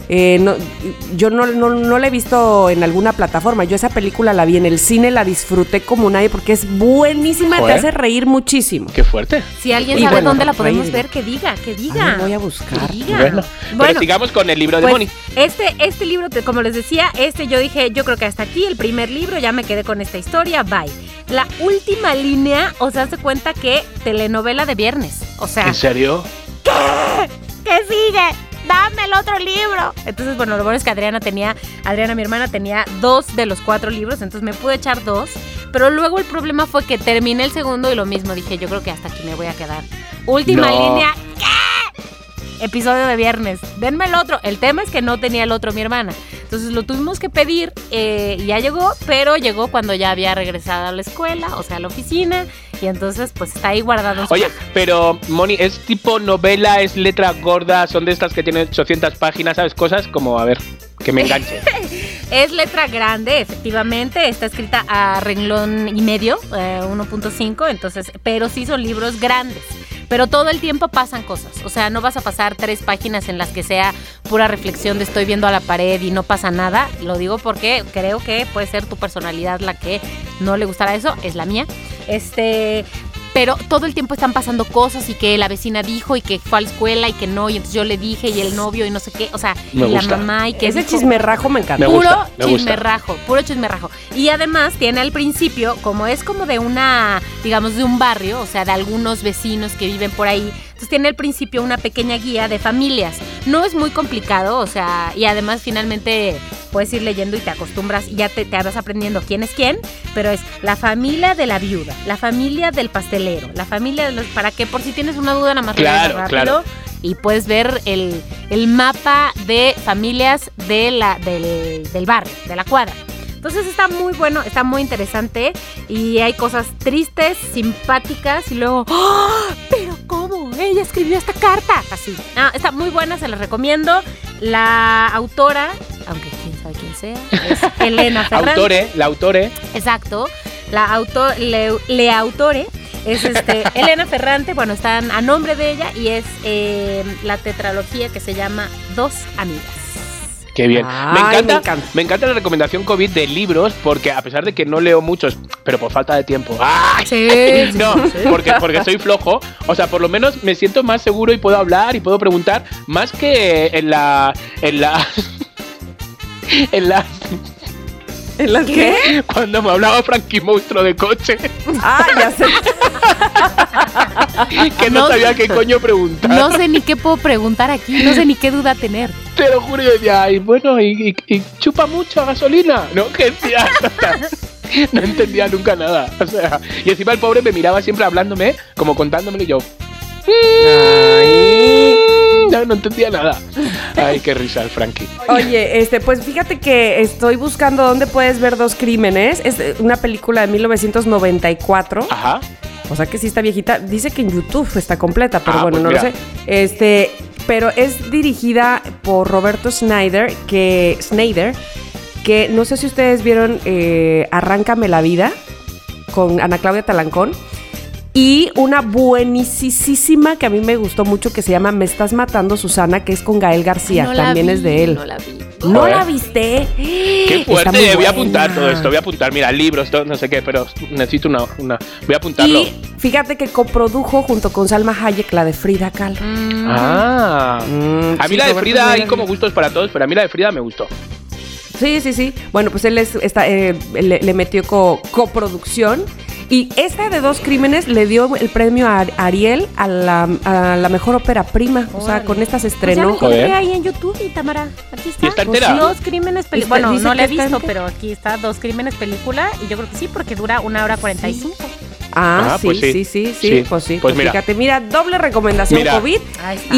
Yo no la he visto en alguna plataforma. Yo esa película la vi en el cine, la disfruté como nadie, porque es buenísima, Joder. te hace reír muchísimo. Qué fuerte. Si alguien Y sabe bueno, dónde la podemos reír. ver, que diga. Ah, voy a buscar. Que diga. Bueno, pero sigamos con el libro de Pues, Moni. este libro, como les decía, yo dije, yo creo que hasta aquí, el primer libro, ya me quedé con esta historia, bye. La última línea, o sea, se cuenta que telenovela de viernes. O sea, ¿En serio? ¿qué sigue? Dame el otro libro. Entonces, bueno, lo bueno es que Adriana, mi hermana, tenía 2 de los 4 libros, entonces me pude echar 2. Pero luego el problema fue que terminé el segundo y lo mismo, dije, yo creo que hasta aquí me voy a quedar. Última No. línea, ¿qué? Episodio de viernes, denme el otro. El tema es que no tenía el otro mi hermana. Entonces lo tuvimos que pedir y ya llegó, pero llegó cuando ya había regresado a la escuela, o sea, a la oficina. Y entonces, pues está ahí guardado en su Oye, caja. pero Moni, ¿es tipo novela, es letra gorda, son de estas que tienen 800 páginas, sabes? Cosas como, a ver, que me enganche. Es letra grande, efectivamente, está escrita a renglón y medio, 1.5, entonces, pero sí son libros grandes. Pero todo el tiempo pasan cosas, o sea, no vas a pasar 3 páginas en las que sea pura reflexión de estoy viendo a la pared y no pasa nada. Lo digo porque creo que puede ser tu personalidad la que no le gustará eso, es la mía. Pero todo el tiempo están pasando cosas y que la vecina dijo y que fue a la escuela y que no, y entonces yo le dije y el novio y no sé qué, o sea, Me y gusta. la mamá y que Ese dijo- chismerrajo me encanta. Me gusta, puro me gusta. chismerrajo, puro chismerrajo. Y además tiene al principio, como es como de una, digamos, de un barrio, o sea, de algunos vecinos que viven por ahí, entonces tiene al principio una pequeña guía de familias. No es muy complicado, o sea, y además finalmente puedes ir leyendo y te acostumbras y ya te vas aprendiendo quién es quién, pero es la familia de la viuda, la familia del pastelero, la familia de los, para que por si tienes una duda nada más Claro, lees rápido. claro. Y puedes ver el mapa de familias del barrio, de la cuadra. Entonces está muy bueno, está muy interesante y hay cosas tristes, simpáticas y luego, ¡oh! ¿Pero cómo? Ella escribió esta carta. Así. Está muy buena, se las recomiendo. La autora, aunque quién sabe quién sea, es Elena Ferrante. La autore. Exacto. La autore es Elena Ferrante, bueno, están a nombre de ella y es la tetralogía que se llama Dos Amigas. Qué bien. Ay, Me encanta la recomendación COVID de libros porque a pesar de que no leo muchos, pero por falta de tiempo. ¡Ay! Sí, No, porque soy flojo. O sea, por lo menos me siento más seguro y puedo hablar y puedo preguntar más que en la ¿En ¿En las qué? cuando me hablaba Frankie Monstruo de coche, Ah, ya sé. que no No. sabía qué coño preguntar. No sé ni qué puedo preguntar aquí, no sé ni qué duda tener. Te lo juro, yo decía, ay, bueno, y chupa mucha gasolina. No, que decía, no entendía nunca nada. O sea, y encima el pobre me miraba siempre hablándome, como contándomelo y yo. No entendía nada. Ay, qué risa el Frankie. Oye, pues fíjate que estoy buscando dónde puedes ver Dos Crímenes. Es una película de 1994. Ajá. O sea que sí está viejita. Dice que en YouTube está completa, pero bueno, pues no mira. lo sé. Pero es dirigida por Roberto Schneider, que no sé si ustedes vieron Arráncame la vida con Ana Claudia Talancón. Y una buenísima que a mí me gustó mucho que se llama Me estás matando, Susana, que es con Gael García. No la También vi, es de él. No la vi. ¿No Joder. la viste? Qué Está fuerte, muy voy a buena. apuntar todo esto, voy a apuntar, mira, libros, todo, no sé qué, pero necesito una. Voy a apuntarlo. Y fíjate que coprodujo junto con Salma Hayek la de Frida Kahlo. Ah. A mí sí, la de Roberto Frida hay Schneider. como gustos para todos, pero a mí la de Frida me gustó. Sí. Bueno, pues él le metió coproducción. Y esta de Dos Crímenes le dio el premio a Ariel a la mejor ópera prima. O sea, Órale. con esta se Pues ya la estrenó. encontré Joder. ahí en YouTube, y Tamara, aquí está. ¿Y está entera? Dos Crímenes película. Está- Bueno, dice no la he que está visto, entera. pero aquí está Dos Crímenes película y yo creo que sí, porque dura 1:45. Ah, Ah, sí, pues sí. sí, Sí. pues sí. Pues mira. Fíjate, mira, doble recomendación Mira. COVID. Ahí está. Y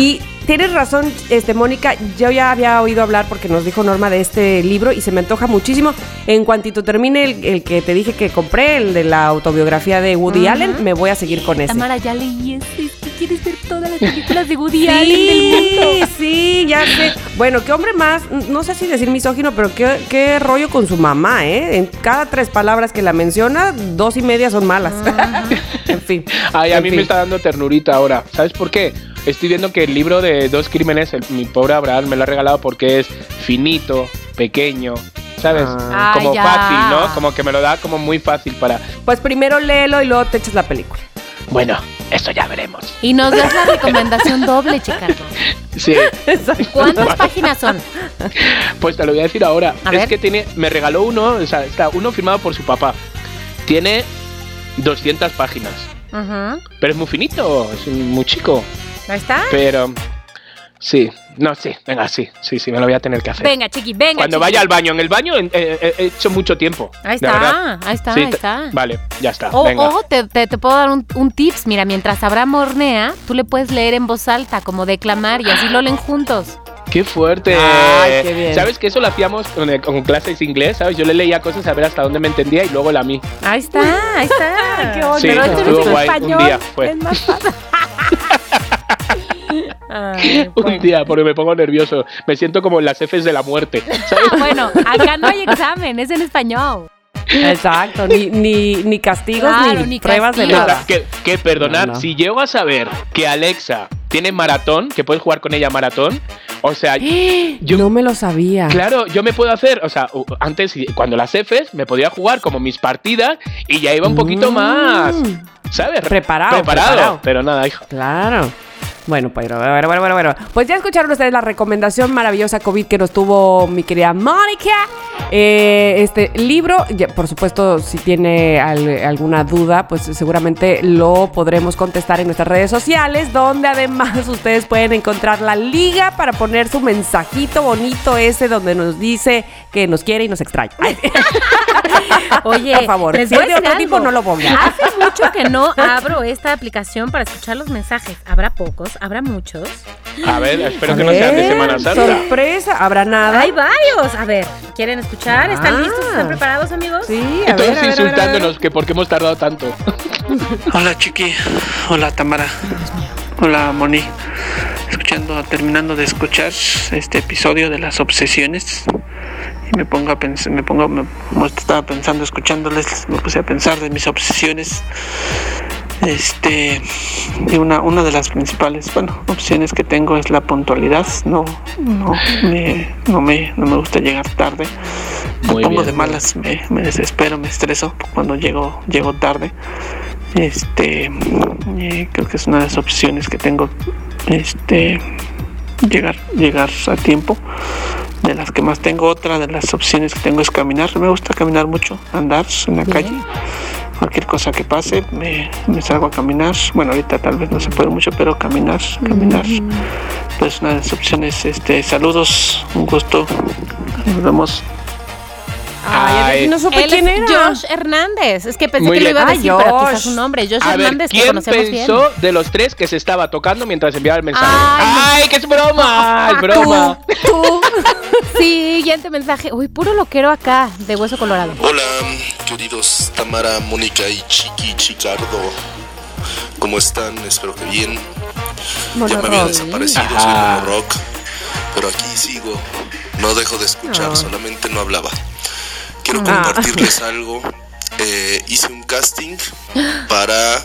tienes razón, Mónica. Yo ya había oído hablar porque nos dijo Norma de este libro y se me antoja muchísimo. En cuantito termine el que te dije que compré, el de la autobiografía de Woody Allen, me voy a seguir con ese. Tamara, ya leí ese. ¿Quieres ver todas las películas de Woody Allen del mundo? Sí, ya sé. Bueno, qué hombre más, no sé si decir misógino, pero qué rollo con su mamá, ¿eh? En cada 3 palabras que la menciona, 2 y media son malas. En fin. Ay, a mí me está dando ternurita ahora. ¿Sabes por qué? Estoy viendo que el libro de 2 crímenes, mi pobre Abraham me lo ha regalado porque es finito, pequeño, ¿sabes? Como fácil, ¿no? Como que me lo da como muy fácil para... Pues primero léelo y luego te echas la película. Bueno, eso ya veremos. Y nos das la recomendación doble, Chicardo. Sí. ¿Cuántas páginas son? Pues te lo voy a decir ahora. A ver. Que me regaló uno, o sea, está uno firmado por su papá. Tiene 200 páginas. Pero es muy finito, es muy chico. ¿Ahí está? Pero... Sí, no, sí, venga, sí, me lo voy a tener que hacer. Venga, chiqui, venga. Cuando chiqui. vaya al baño, en el baño he hecho mucho tiempo. Ahí de verdad. está, Sí, ahí está. Vale, ya está, venga. Ojo, te puedo dar un tips. Mira, mientras Abraham hornea, tú le puedes leer en voz alta, como declamar, y así lo leen juntos. ¡Qué fuerte! Ay, qué bien. ¿Sabes que eso lo hacíamos con clases de inglés? ¿Sabes? Yo le leía cosas a ver hasta dónde me entendía y luego él a mí. Ahí está. Qué onda. Sí, Pero esto no estuvo es guay, español. un día fue. Es más fácil. Ay, Un día, porque me pongo nervioso. Me siento como en las Fs de la muerte, ¿sabes? Bueno, acá no hay examen, es en español. Exacto, ni castigos, Claro, ni ni pruebas de castigos. nada. Que perdonar, No. si llego a saber que Alexa tiene maratón, que puedes jugar con ella maratón, o sea, yo... No me lo sabía. Claro, yo me puedo hacer, o sea, antes cuando las Fs me podía jugar como mis partidas y ya iba un poquito más, ¿sabes? Preparado. Pero nada, hijo. Claro. Bueno, bueno. Pues ya escucharon ustedes la recomendación maravillosa COVID que nos tuvo mi querida Mónica. Este libro, ya, por supuesto, si tiene alguna duda, pues seguramente lo podremos contestar en nuestras redes sociales, donde además ustedes pueden encontrar la liga para poner su mensajito bonito ese donde nos dice que nos quiere y nos extraña. Ay. Oye, por favor, les si voy es a de decir otro tipo, algo. no lo pongan. Hace mucho que no abro esta aplicación para escuchar los mensajes. ¿Habrá pocos? ¿Habrá muchos? A ver, espero que no sean de Semana Santa. Sorpresa, ¿habrá nada? Hay varios. A ver, ¿quieren escuchar? ¿Están listos? ¿Están preparados, amigos? Sí, Y todos insultándonos que por qué hemos tardado tanto. Hola Chiqui, hola Tamara, hola Moni. Terminando de escuchar este episodio de las obsesiones y me pongo a pensar, estaba pensando, escuchándoles, me puse a pensar de mis obsesiones. Y una de las principales, opciones que tengo es la puntualidad. No me gusta llegar tarde. Me Muy pongo bien. de malas, me desespero, me estreso cuando llego tarde. Creo que es una de las opciones que tengo, llegar a tiempo. De las que más tengo, otra de las opciones que tengo es caminar. Me gusta caminar mucho, andar en la calle. Cualquier cosa que pase, me salgo a caminar. Bueno, ahorita tal vez no se puede mucho, pero caminar. Pues una de las opciones. Saludos, un gusto. Nos vemos. Ay, no supe Él quién es era. Josh Hernández. Es que pensé Muy que lo bien. iba a decir, Ah, pero Josh. quizás su nombre. Josh A ver, Hernández, que ¿quién conocemos pensó bien. de los 3 que se estaba tocando mientras enviaba el mensaje? Ay, ¡Ay, que es broma! ¡Es broma! Tú. Siguiente mensaje. Uy, puro loquero acá, de Hueso Colorado. Hola, queridos Tamara, Mónica y Chicardo. ¿Cómo están? Espero que bien. Ya me había desaparecido, soy Mono Rock. Pero aquí sigo. No dejo de escuchar, solamente no hablaba. Quiero compartirles algo. Hice un casting para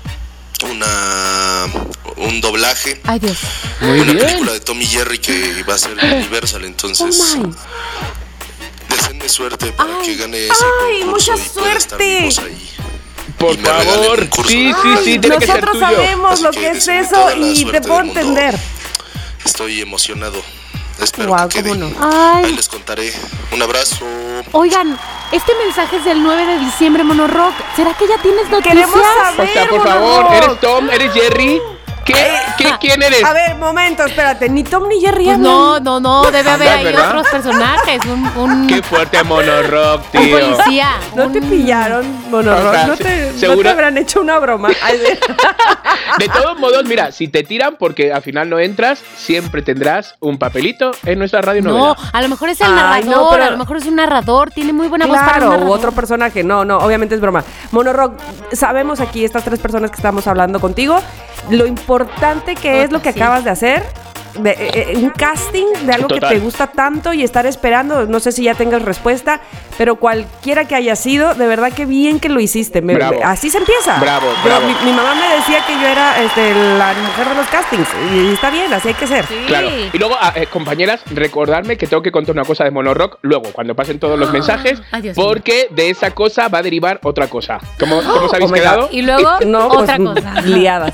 un doblaje. Ay, Dios. Muy Una bien. película de Tom y Jerry que va a ser Universal, entonces deseenme suerte para que gane ese concurso mucha y pueda estar mi voz ahí. Por Y me regalen favor. un curso. Sí, Ay, tiene que ser nosotros tuyo. sabemos Así lo que que es deseo eso toda la y suerte te puedo del mundo. entender. Estoy emocionado. Espero Guau, que quede. cómo no. Ay. Ahí les contaré. Un abrazo. Oigan, este mensaje es del 9 de diciembre, Mono Rock. ¿Será que ya tienes noticias? Queremos saber. O sea, por Mono favor, Rock. ¿eres Tom? ¿Eres Jerry? ¿Qué ¿Quién eres? A ver, momento, espérate. Ni Tom ni Jerry Pues hablan. no, debe haber ahí ¿verdad? otros personajes. Qué fuerte Monorock, un tío. policía. No te pillaron, Monorock. O sea, no te seguro- habrán hecho una broma. Ay, De todos modos, mira, si te tiran porque al final no entras, siempre tendrás un papelito en nuestra radio No, novela. a lo mejor es el Ay, narrador, no, pero- a lo mejor es un narrador, tiene muy buena voz para un Claro, narrador. u otro personaje. No, obviamente es broma. Monorock, sabemos aquí, estas 3 personas que estamos hablando contigo, lo importante que es lo que Sí. acabas de hacer. Un casting de algo Total. que te gusta tanto y estar esperando. No sé si ya tengas respuesta, pero cualquiera que haya sido, de verdad que bien que lo hiciste. Bravo. Así se empieza. Bravo, Yo- bravo. Mi mamá me decía que yo era la mujer de los castings y está bien, así hay que ser. Sí. Claro. Y luego, compañeras, recordarme que tengo que contar una cosa de Monorock luego, cuando pasen todos los mensajes, Ay, Dios mío. porque de esa cosa va a derivar otra cosa. ¿Cómo os habéis Oh my quedado? God. Y luego, No, otra pues, cosa. liadas.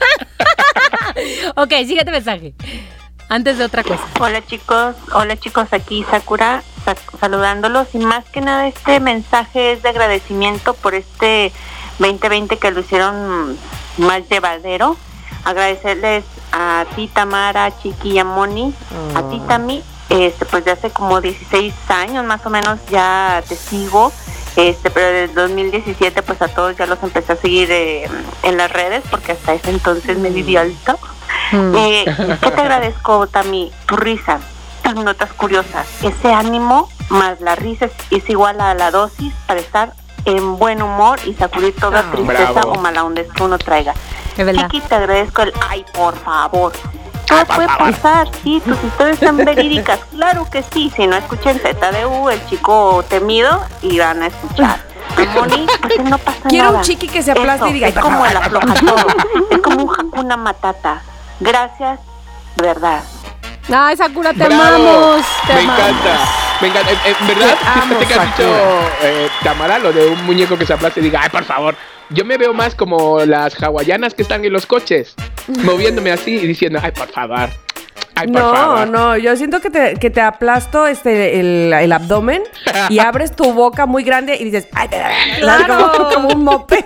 Ok, siguiente mensaje. Antes de otra cosa. Hola chicos, aquí Sakura saludándolos y más que nada este mensaje es de agradecimiento por este 2020 que lo hicieron más llevadero. Agradecerles a ti Tamara, Chiqui y a Moni, a ti Tami, pues de hace como 16 años más o menos ya te sigo. Pero desde 2017 pues a todos ya los empecé a seguir en las redes porque hasta ese entonces me viví alto. ¿Qué te agradezco, Tami? Tu risa, tus notas curiosas, ese ánimo más la risa es igual a la dosis para estar en buen humor y sacudir toda tristeza Bravo. o mala onda que uno traiga. Es verdad. Chiqui, te agradezco el ay, por favor. Todo puede pasar, sí, tus historias están verídicas, claro que sí. Si no escuchen ZDU, el chico temido, y van a escuchar. A Moni, pues no pasa Quiero nada. un chiqui que se aplaste Eso, y diga, es como el afloja todo. Es como un Hakuna Matata. Gracias, verdad. Ay, Sakura, te ¡Bravo! amamos. Te Me amamos. encanta. Me encanta. En verdad, Te amo, fíjate que has dicho, Sakura. Tamara, lo de un muñeco que se aplaste y diga, ay, por favor. Yo me veo más como las hawaianas que están en los coches, moviéndome así y diciendo, ay, por favor. Ay, por favor. No, yo siento que te aplasto el abdomen y abres tu boca muy grande y dices, ay, Claro. como un moped.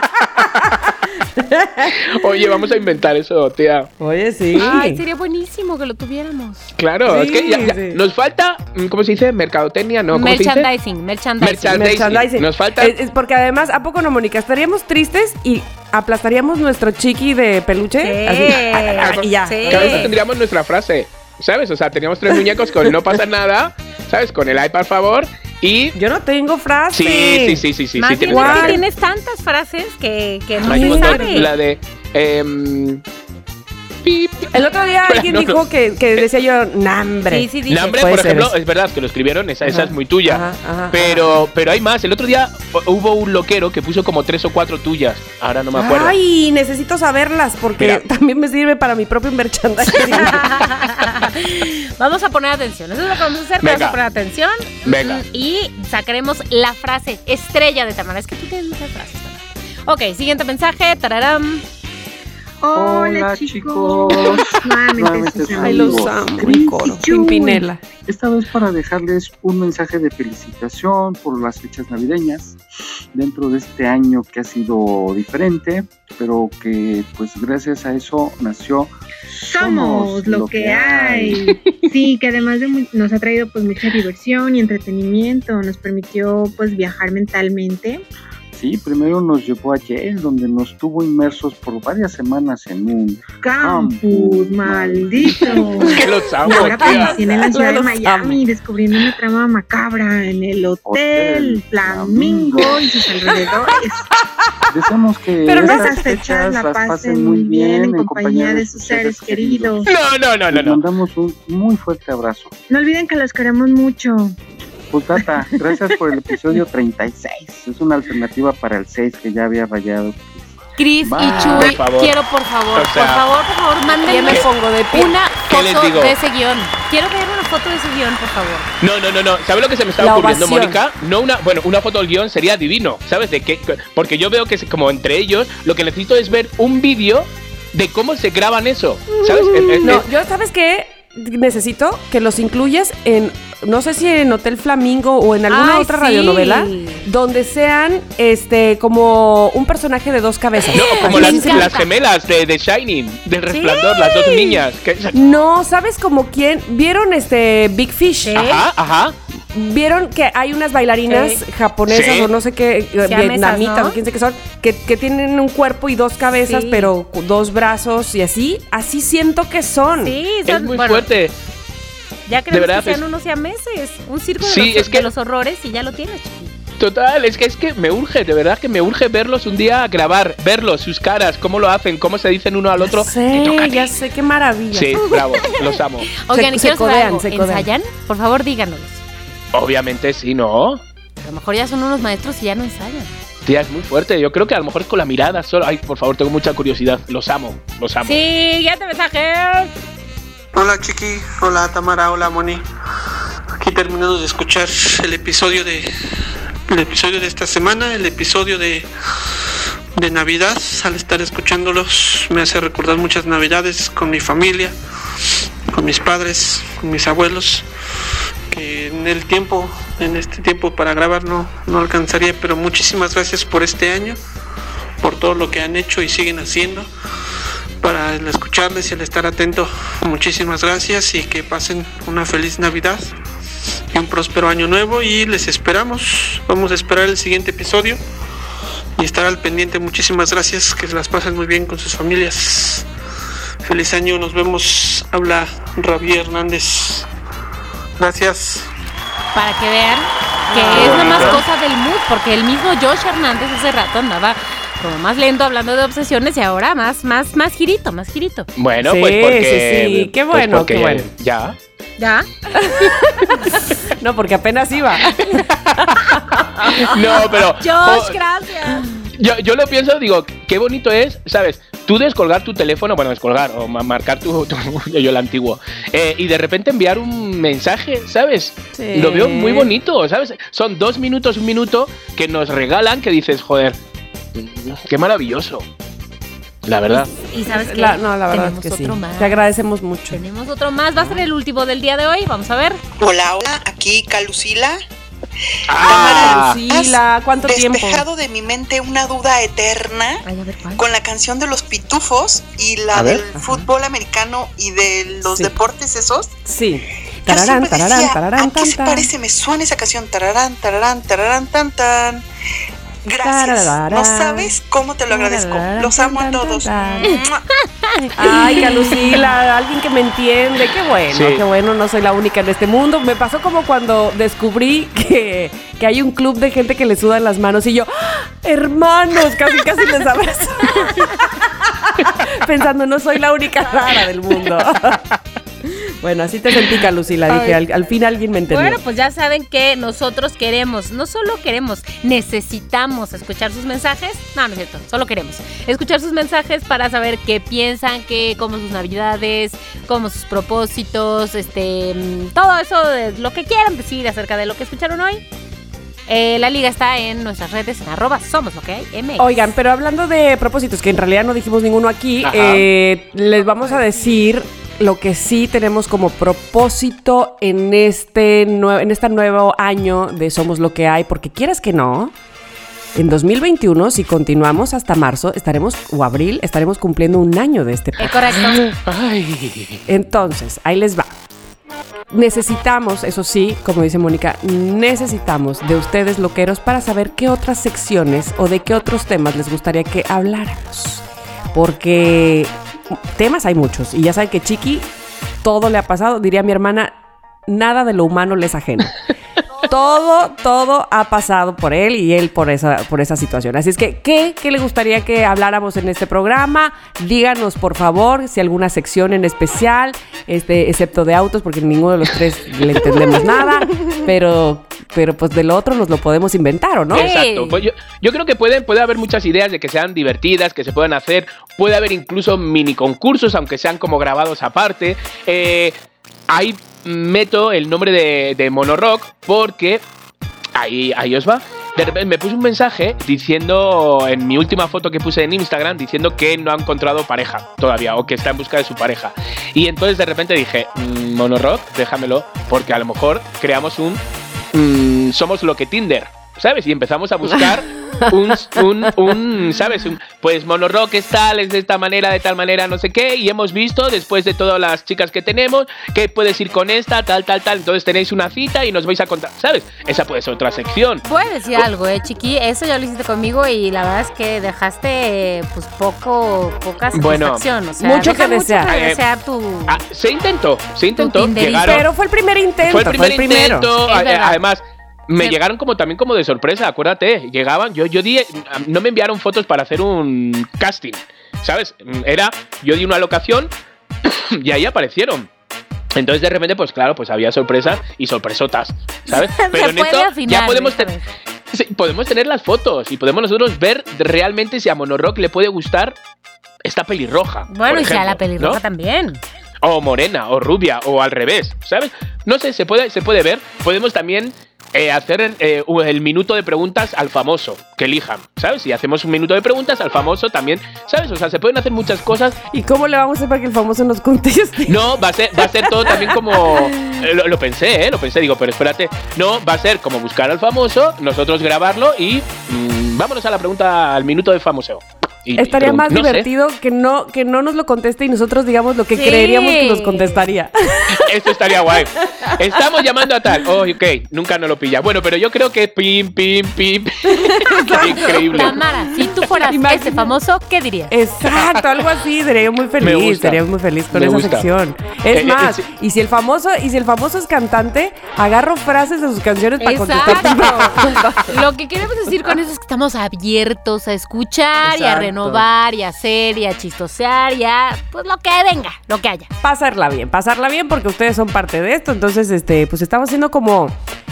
Oye, vamos a inventar eso, tía. Oye, sí. Ay, sería buenísimo que lo tuviéramos. Claro, Sí, es que ya sí. nos falta, ¿cómo se dice? Mercadotecnia, ¿no? ¿Cómo se dice? Merchandising. Merchandising. Nos falta. Es porque además, ¿a poco no, Mónica? Estaríamos tristes y aplastaríamos nuestro chiqui de peluche. Sí. Y ya. Sí. Cada vez tendríamos nuestra frase, ¿sabes? O sea, teníamos 3 muñecos con no pasa nada, ¿sabes? Con el ay, por favor. Y. Yo no tengo frase. Sí. Más Sí, bien tienes es que frase. tienes tantas frases que no Hay un se montón. sabe. La de. Pip. El otro día alguien No, dijo que decía yo, nambre. Sí, sí, dije. Nambre, Puede por ser ejemplo, eso. es verdad que lo escribieron, esa Ajá. es muy tuya. Ajá, pero hay más. El otro día hubo un loquero que puso como 3 o 4 tuyas. Ahora no me acuerdo. Ay, necesito saberlas porque Mira. también me sirve para mi propio merchandising. Vamos a poner atención. Eso es lo que vamos a hacer. Venga. Vamos a poner atención. Venga. Y sacaremos la frase estrella de Tamara. Es que tú tienes muchas frases, Tamara. Ok, siguiente mensaje. Tararam. Hola chicos. Nuevamente sus Ay, los amigos, amo, Chris en coro. y Chuy. Pimpinela. Esta vez para dejarles un mensaje de felicitación por las fechas navideñas dentro de este año que ha sido diferente, pero que pues gracias a eso nació Somos lo que hay. Sí, que además de nos ha traído pues mucha diversión y entretenimiento, nos permitió pues viajar mentalmente. Sí, primero nos llevó a Yale, donde nos tuvo inmersos por varias semanas en un Campus, maldito. Que los Y amo, ahora tía. padecí en la ciudad de Los Miami, descubriendo una trama macabra en el Hotel Flamingo y sus alrededores. Deseamos que Pero estas esas fechas la las pasen muy bien en compañía de sus seres queridos. No. Les mandamos un muy fuerte abrazo. No olviden que los queremos mucho. Pues Tata, gracias por el episodio 36. Es una alternativa para el 6 que ya había rayado. Chris Va. y Chuy, Por favor. quiero por favor, O sea, por favor, Ya mándenme me pongo de pie. una ¿Qué les foto digo? de ese guión. Quiero ver una foto de ese guión, por favor. No. ¿Sabes lo que se me está La ocurriendo, ovación. Mónica? No una foto del guión sería divino. ¿Sabes de qué? Porque yo veo que es como entre ellos, lo que necesito es ver un vídeo de cómo se graban eso. ¿Sabes? No, yo, ¿sabes qué? necesito? Que los incluyes en, no sé si en Hotel Flamingo o en alguna otra radionovela, donde sean como un personaje de dos cabezas. No, como las gemelas de Shining, del Resplandor, las dos niñas. No, ¿sabes como quién? ¿Vieron Big Fish? Ajá. ¿Vieron que hay unas bailarinas japonesas o no sé qué, vietnamitas o quién sé qué son, que tienen un cuerpo y dos cabezas, pero dos brazos y así? Así siento que son. Sí, es muy fuerte. Ya queremos que sean unos siameses, un circo de los horrores y ya lo tienes, chiquito. Total, es que me urge, de verdad que me urge verlos un día grabar, verlos, sus caras, cómo lo hacen, cómo se dicen uno al otro. Ya sé, qué maravilla. Sí, bravo, los amo. Oigan, ¿y quiero saber algo? ¿Ensayan? Por favor, díganos. Obviamente sí, ¿no? A lo mejor ya son unos maestros y ya no ensayan. Tía, es muy fuerte. Yo creo que a lo mejor es con la mirada solo. Ay, por favor, tengo mucha curiosidad. Los amo. Sí, ya te mensaje. Hola, Chiqui. Hola, Tamara. Hola, Moni. Aquí terminando de escuchar el episodio de esta semana, el episodio de Navidad. Al estar escuchándolos me hace recordar muchas Navidades con mi familia, con mis padres, con mis abuelos, que en este tiempo para grabar no alcanzaría, pero muchísimas gracias por este año, por todo lo que han hecho y siguen haciendo para el escucharles y el estar atento. Muchísimas gracias y que pasen una feliz Navidad y un próspero año nuevo, y les esperamos. Vamos a esperar el siguiente episodio y estar al pendiente. Muchísimas gracias, que se las pasen muy bien con sus familias. Feliz año, nos vemos. Habla Ravi Hernández. Gracias. Para que vean que es nomás cosa del mood, porque el mismo Josh Hernández hace rato andaba como más lento hablando de obsesiones y ahora más girito. Bueno, sí, pues porque... Sí, qué bueno, pues qué bueno. ¿Ya? No, porque apenas iba. No, pero... Josh, gracias. Yo lo pienso, digo, qué bonito es, ¿sabes? Tú descolgar tu teléfono, o marcar yo el antiguo, y de repente enviar un mensaje, ¿sabes? Sí. Lo veo muy bonito, ¿sabes? Son 2 minutos, 1 minuto que nos regalan, que dices, joder, qué maravilloso. La verdad. Y sabes qué, la verdad es que sí. Más. Te agradecemos mucho. Tenemos otro más, va a ser el último del día de hoy, vamos a ver. Hola, aquí Calucila. Lucila, ¿cuánto tiempo? Despejado de mi mente una duda eterna con la canción de los Pitufos y la del fútbol americano y de los deportes esos. Sí. Tararán, ¿a qué se parece? Me suena esa canción. Tararán, tararán, tararán, tan, tan. Gracias. No sabes cómo te lo agradezco. Los amo a todos. Ay, Calucila, alguien que me entiende. Qué bueno, qué bueno. No soy la única en este mundo. Me pasó como cuando descubrí que hay un club de gente que le sudan las manos y yo, hermanos, casi les abrazo. Pensando, no soy la única rara del mundo. Bueno, así te sentí, Calucila. Dije, al fin alguien me entendió. Bueno, pues ya saben que nosotros queremos, no solo queremos, necesitamos escuchar sus mensajes. No es cierto, solo queremos escuchar sus mensajes para saber qué piensan, cómo sus navidades, cómo sus propósitos, todo eso, de lo que quieran decir acerca de lo que escucharon hoy. La liga está en nuestras redes, en @somosloquehay_mx. Oigan, pero hablando de propósitos, que en realidad no dijimos ninguno aquí, les vamos a decir lo que sí tenemos como propósito en este nuevo año de Somos Lo Que Hay, porque quieras que no, en 2021, si continuamos hasta marzo, o abril, estaremos cumpliendo 1 año de este podcast. Correcto. Ay. Entonces, ahí les va. Necesitamos, eso sí, como dice Mónica, necesitamos de ustedes loqueros para saber qué otras secciones o de qué otros temas les gustaría que habláramos. Porque temas hay muchos y ya saben que Chiqui todo le ha pasado, diría mi hermana, nada de lo humano le es ajeno. Todo ha pasado por él y él por esa situación. Así es que, ¿qué le gustaría que habláramos en este programa? Díganos, por favor, si alguna sección en especial, excepto de autos, porque ninguno de los tres le entendemos nada, pero pues de lo otro nos lo podemos inventar, ¿o no? Exacto. Pues yo creo que puede haber muchas ideas de que sean divertidas, que se puedan hacer. Puede haber incluso mini concursos, aunque sean como grabados aparte. Ahí meto el nombre de Monorock porque Ahí os va. De repente me puse un mensaje diciendo, en mi última foto que puse en Instagram, diciendo que no ha encontrado pareja todavía o que está en busca de su pareja. Y entonces de repente dije, Monorock, déjamelo, porque a lo mejor creamos somos lo que Tinder, ¿sabes? Y empezamos a buscar ¿sabes? Pues Monorock es tal, es de tal manera, no sé qué, y hemos visto, después de todas las chicas que tenemos, que puedes ir con esta, tal, entonces tenéis una cita y nos vais a contar, ¿sabes? Esa puede ser otra sección. Puedes decir algo, chiqui, eso ya lo hiciste conmigo y la verdad es que dejaste, pues, poca satisfacción, o sea, mucho que desear. Se intentó, pero fue el primer intento. Fue el primer intento, además... Me llegaron también como de sorpresa, acuérdate. Llegaban, no me enviaron fotos para hacer un casting, ¿sabes? Yo di una locación y ahí aparecieron. Entonces de repente, pues claro, pues había sorpresas y sorpresotas, ¿sabes? Pero en esto ya podemos tener las fotos y podemos nosotros ver realmente si a Monorock le puede gustar esta pelirroja. Bueno, y si a la pelirroja también. O morena, o rubia, o al revés, ¿sabes? No sé, se puede ver. Podemos también hacer el minuto de preguntas al famoso, que elijan, ¿sabes? Si hacemos un minuto de preguntas al famoso también, ¿sabes? O sea, se pueden hacer muchas cosas. ¿Y cómo le vamos a hacer para que el famoso nos conteste? No, va a ser todo también como... Lo pensé, digo, pero espérate. No, va a ser como buscar al famoso, nosotros grabarlo y vámonos a la pregunta, al minuto de famoseo. Estaría más divertido que no nos lo conteste y nosotros digamos lo que creeríamos que nos contestaría. Esto estaría guay. Estamos llamando a tal. Oh, ok, nunca nos lo pilla. Bueno, pero yo creo que pim. Increíble. Tamara, si tú fueras ese famoso, ¿qué dirías? Exacto, algo así. Sería muy feliz. Sería muy feliz con esa sección. Es más, y si el famoso es cantante, agarro frases de sus canciones para contestar. Lo que queremos decir con eso es que estamos abiertos a escuchar y a renovar y a hacer y a chistosear y a, pues, lo que venga, lo que haya. Pasarla bien porque ustedes son parte de esto. Entonces, pues estamos haciendo como,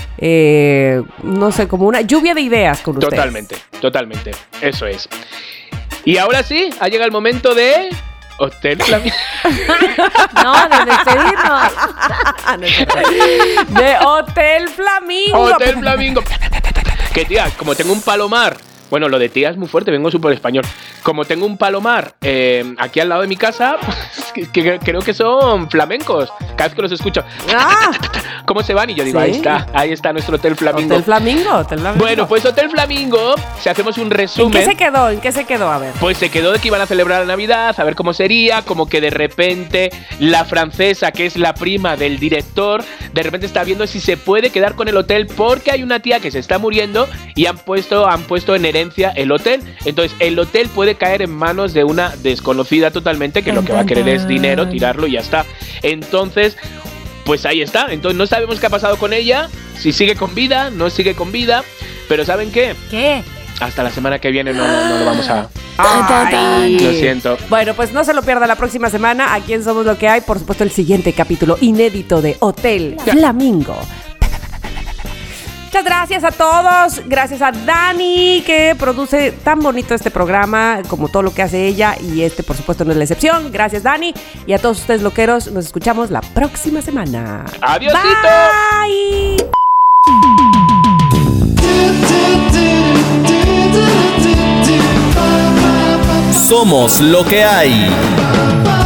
no sé, como una lluvia de ideas con ustedes. Totalmente. Eso es. Y ahora sí, ha llegado el momento de... Hotel Flamingo. No, de despedirnos. De Hotel Flamingo. Hotel Flamingo. Que tía, como tengo un palomar. Bueno, lo de tía es muy fuerte, vengo súper español. Como tengo un palomar aquí al lado de mi casa, pues, que creo que son flamencos. Cada vez que los escucho, ¿cómo se van? Y yo digo, ¿sí? ahí está nuestro Hotel Flamingo. Hotel Flamingo. Bueno, pues Hotel Flamingo, si hacemos un resumen... ¿En qué se quedó? A ver. Pues se quedó de que iban a celebrar la Navidad, a ver cómo sería, como que de repente la francesa, que es la prima del director, de repente está viendo si se puede quedar con el hotel porque hay una tía que se está muriendo y han puesto en herencia el hotel. Entonces el hotel puede caer en manos de una desconocida totalmente que lo que va a querer es dinero, tirarlo y ya está. Entonces, pues ahí está. Entonces no sabemos qué ha pasado con ella, si sigue con vida, no sigue con vida, pero ¿saben qué? ¿Qué? Hasta la semana que viene no lo vamos a... Ay. Lo siento. Bueno, pues no se lo pierda la próxima semana. Aquí en Somos Lo que Hay, por supuesto, el siguiente capítulo inédito de Hotel Flamingo. Muchas gracias a todos. Gracias a Dani, que produce tan bonito este programa, como todo lo que hace ella. Y por supuesto, no es la excepción. Gracias, Dani. Y a todos ustedes, loqueros, nos escuchamos la próxima semana. ¡Adiósito! Bye. Somos lo que hay.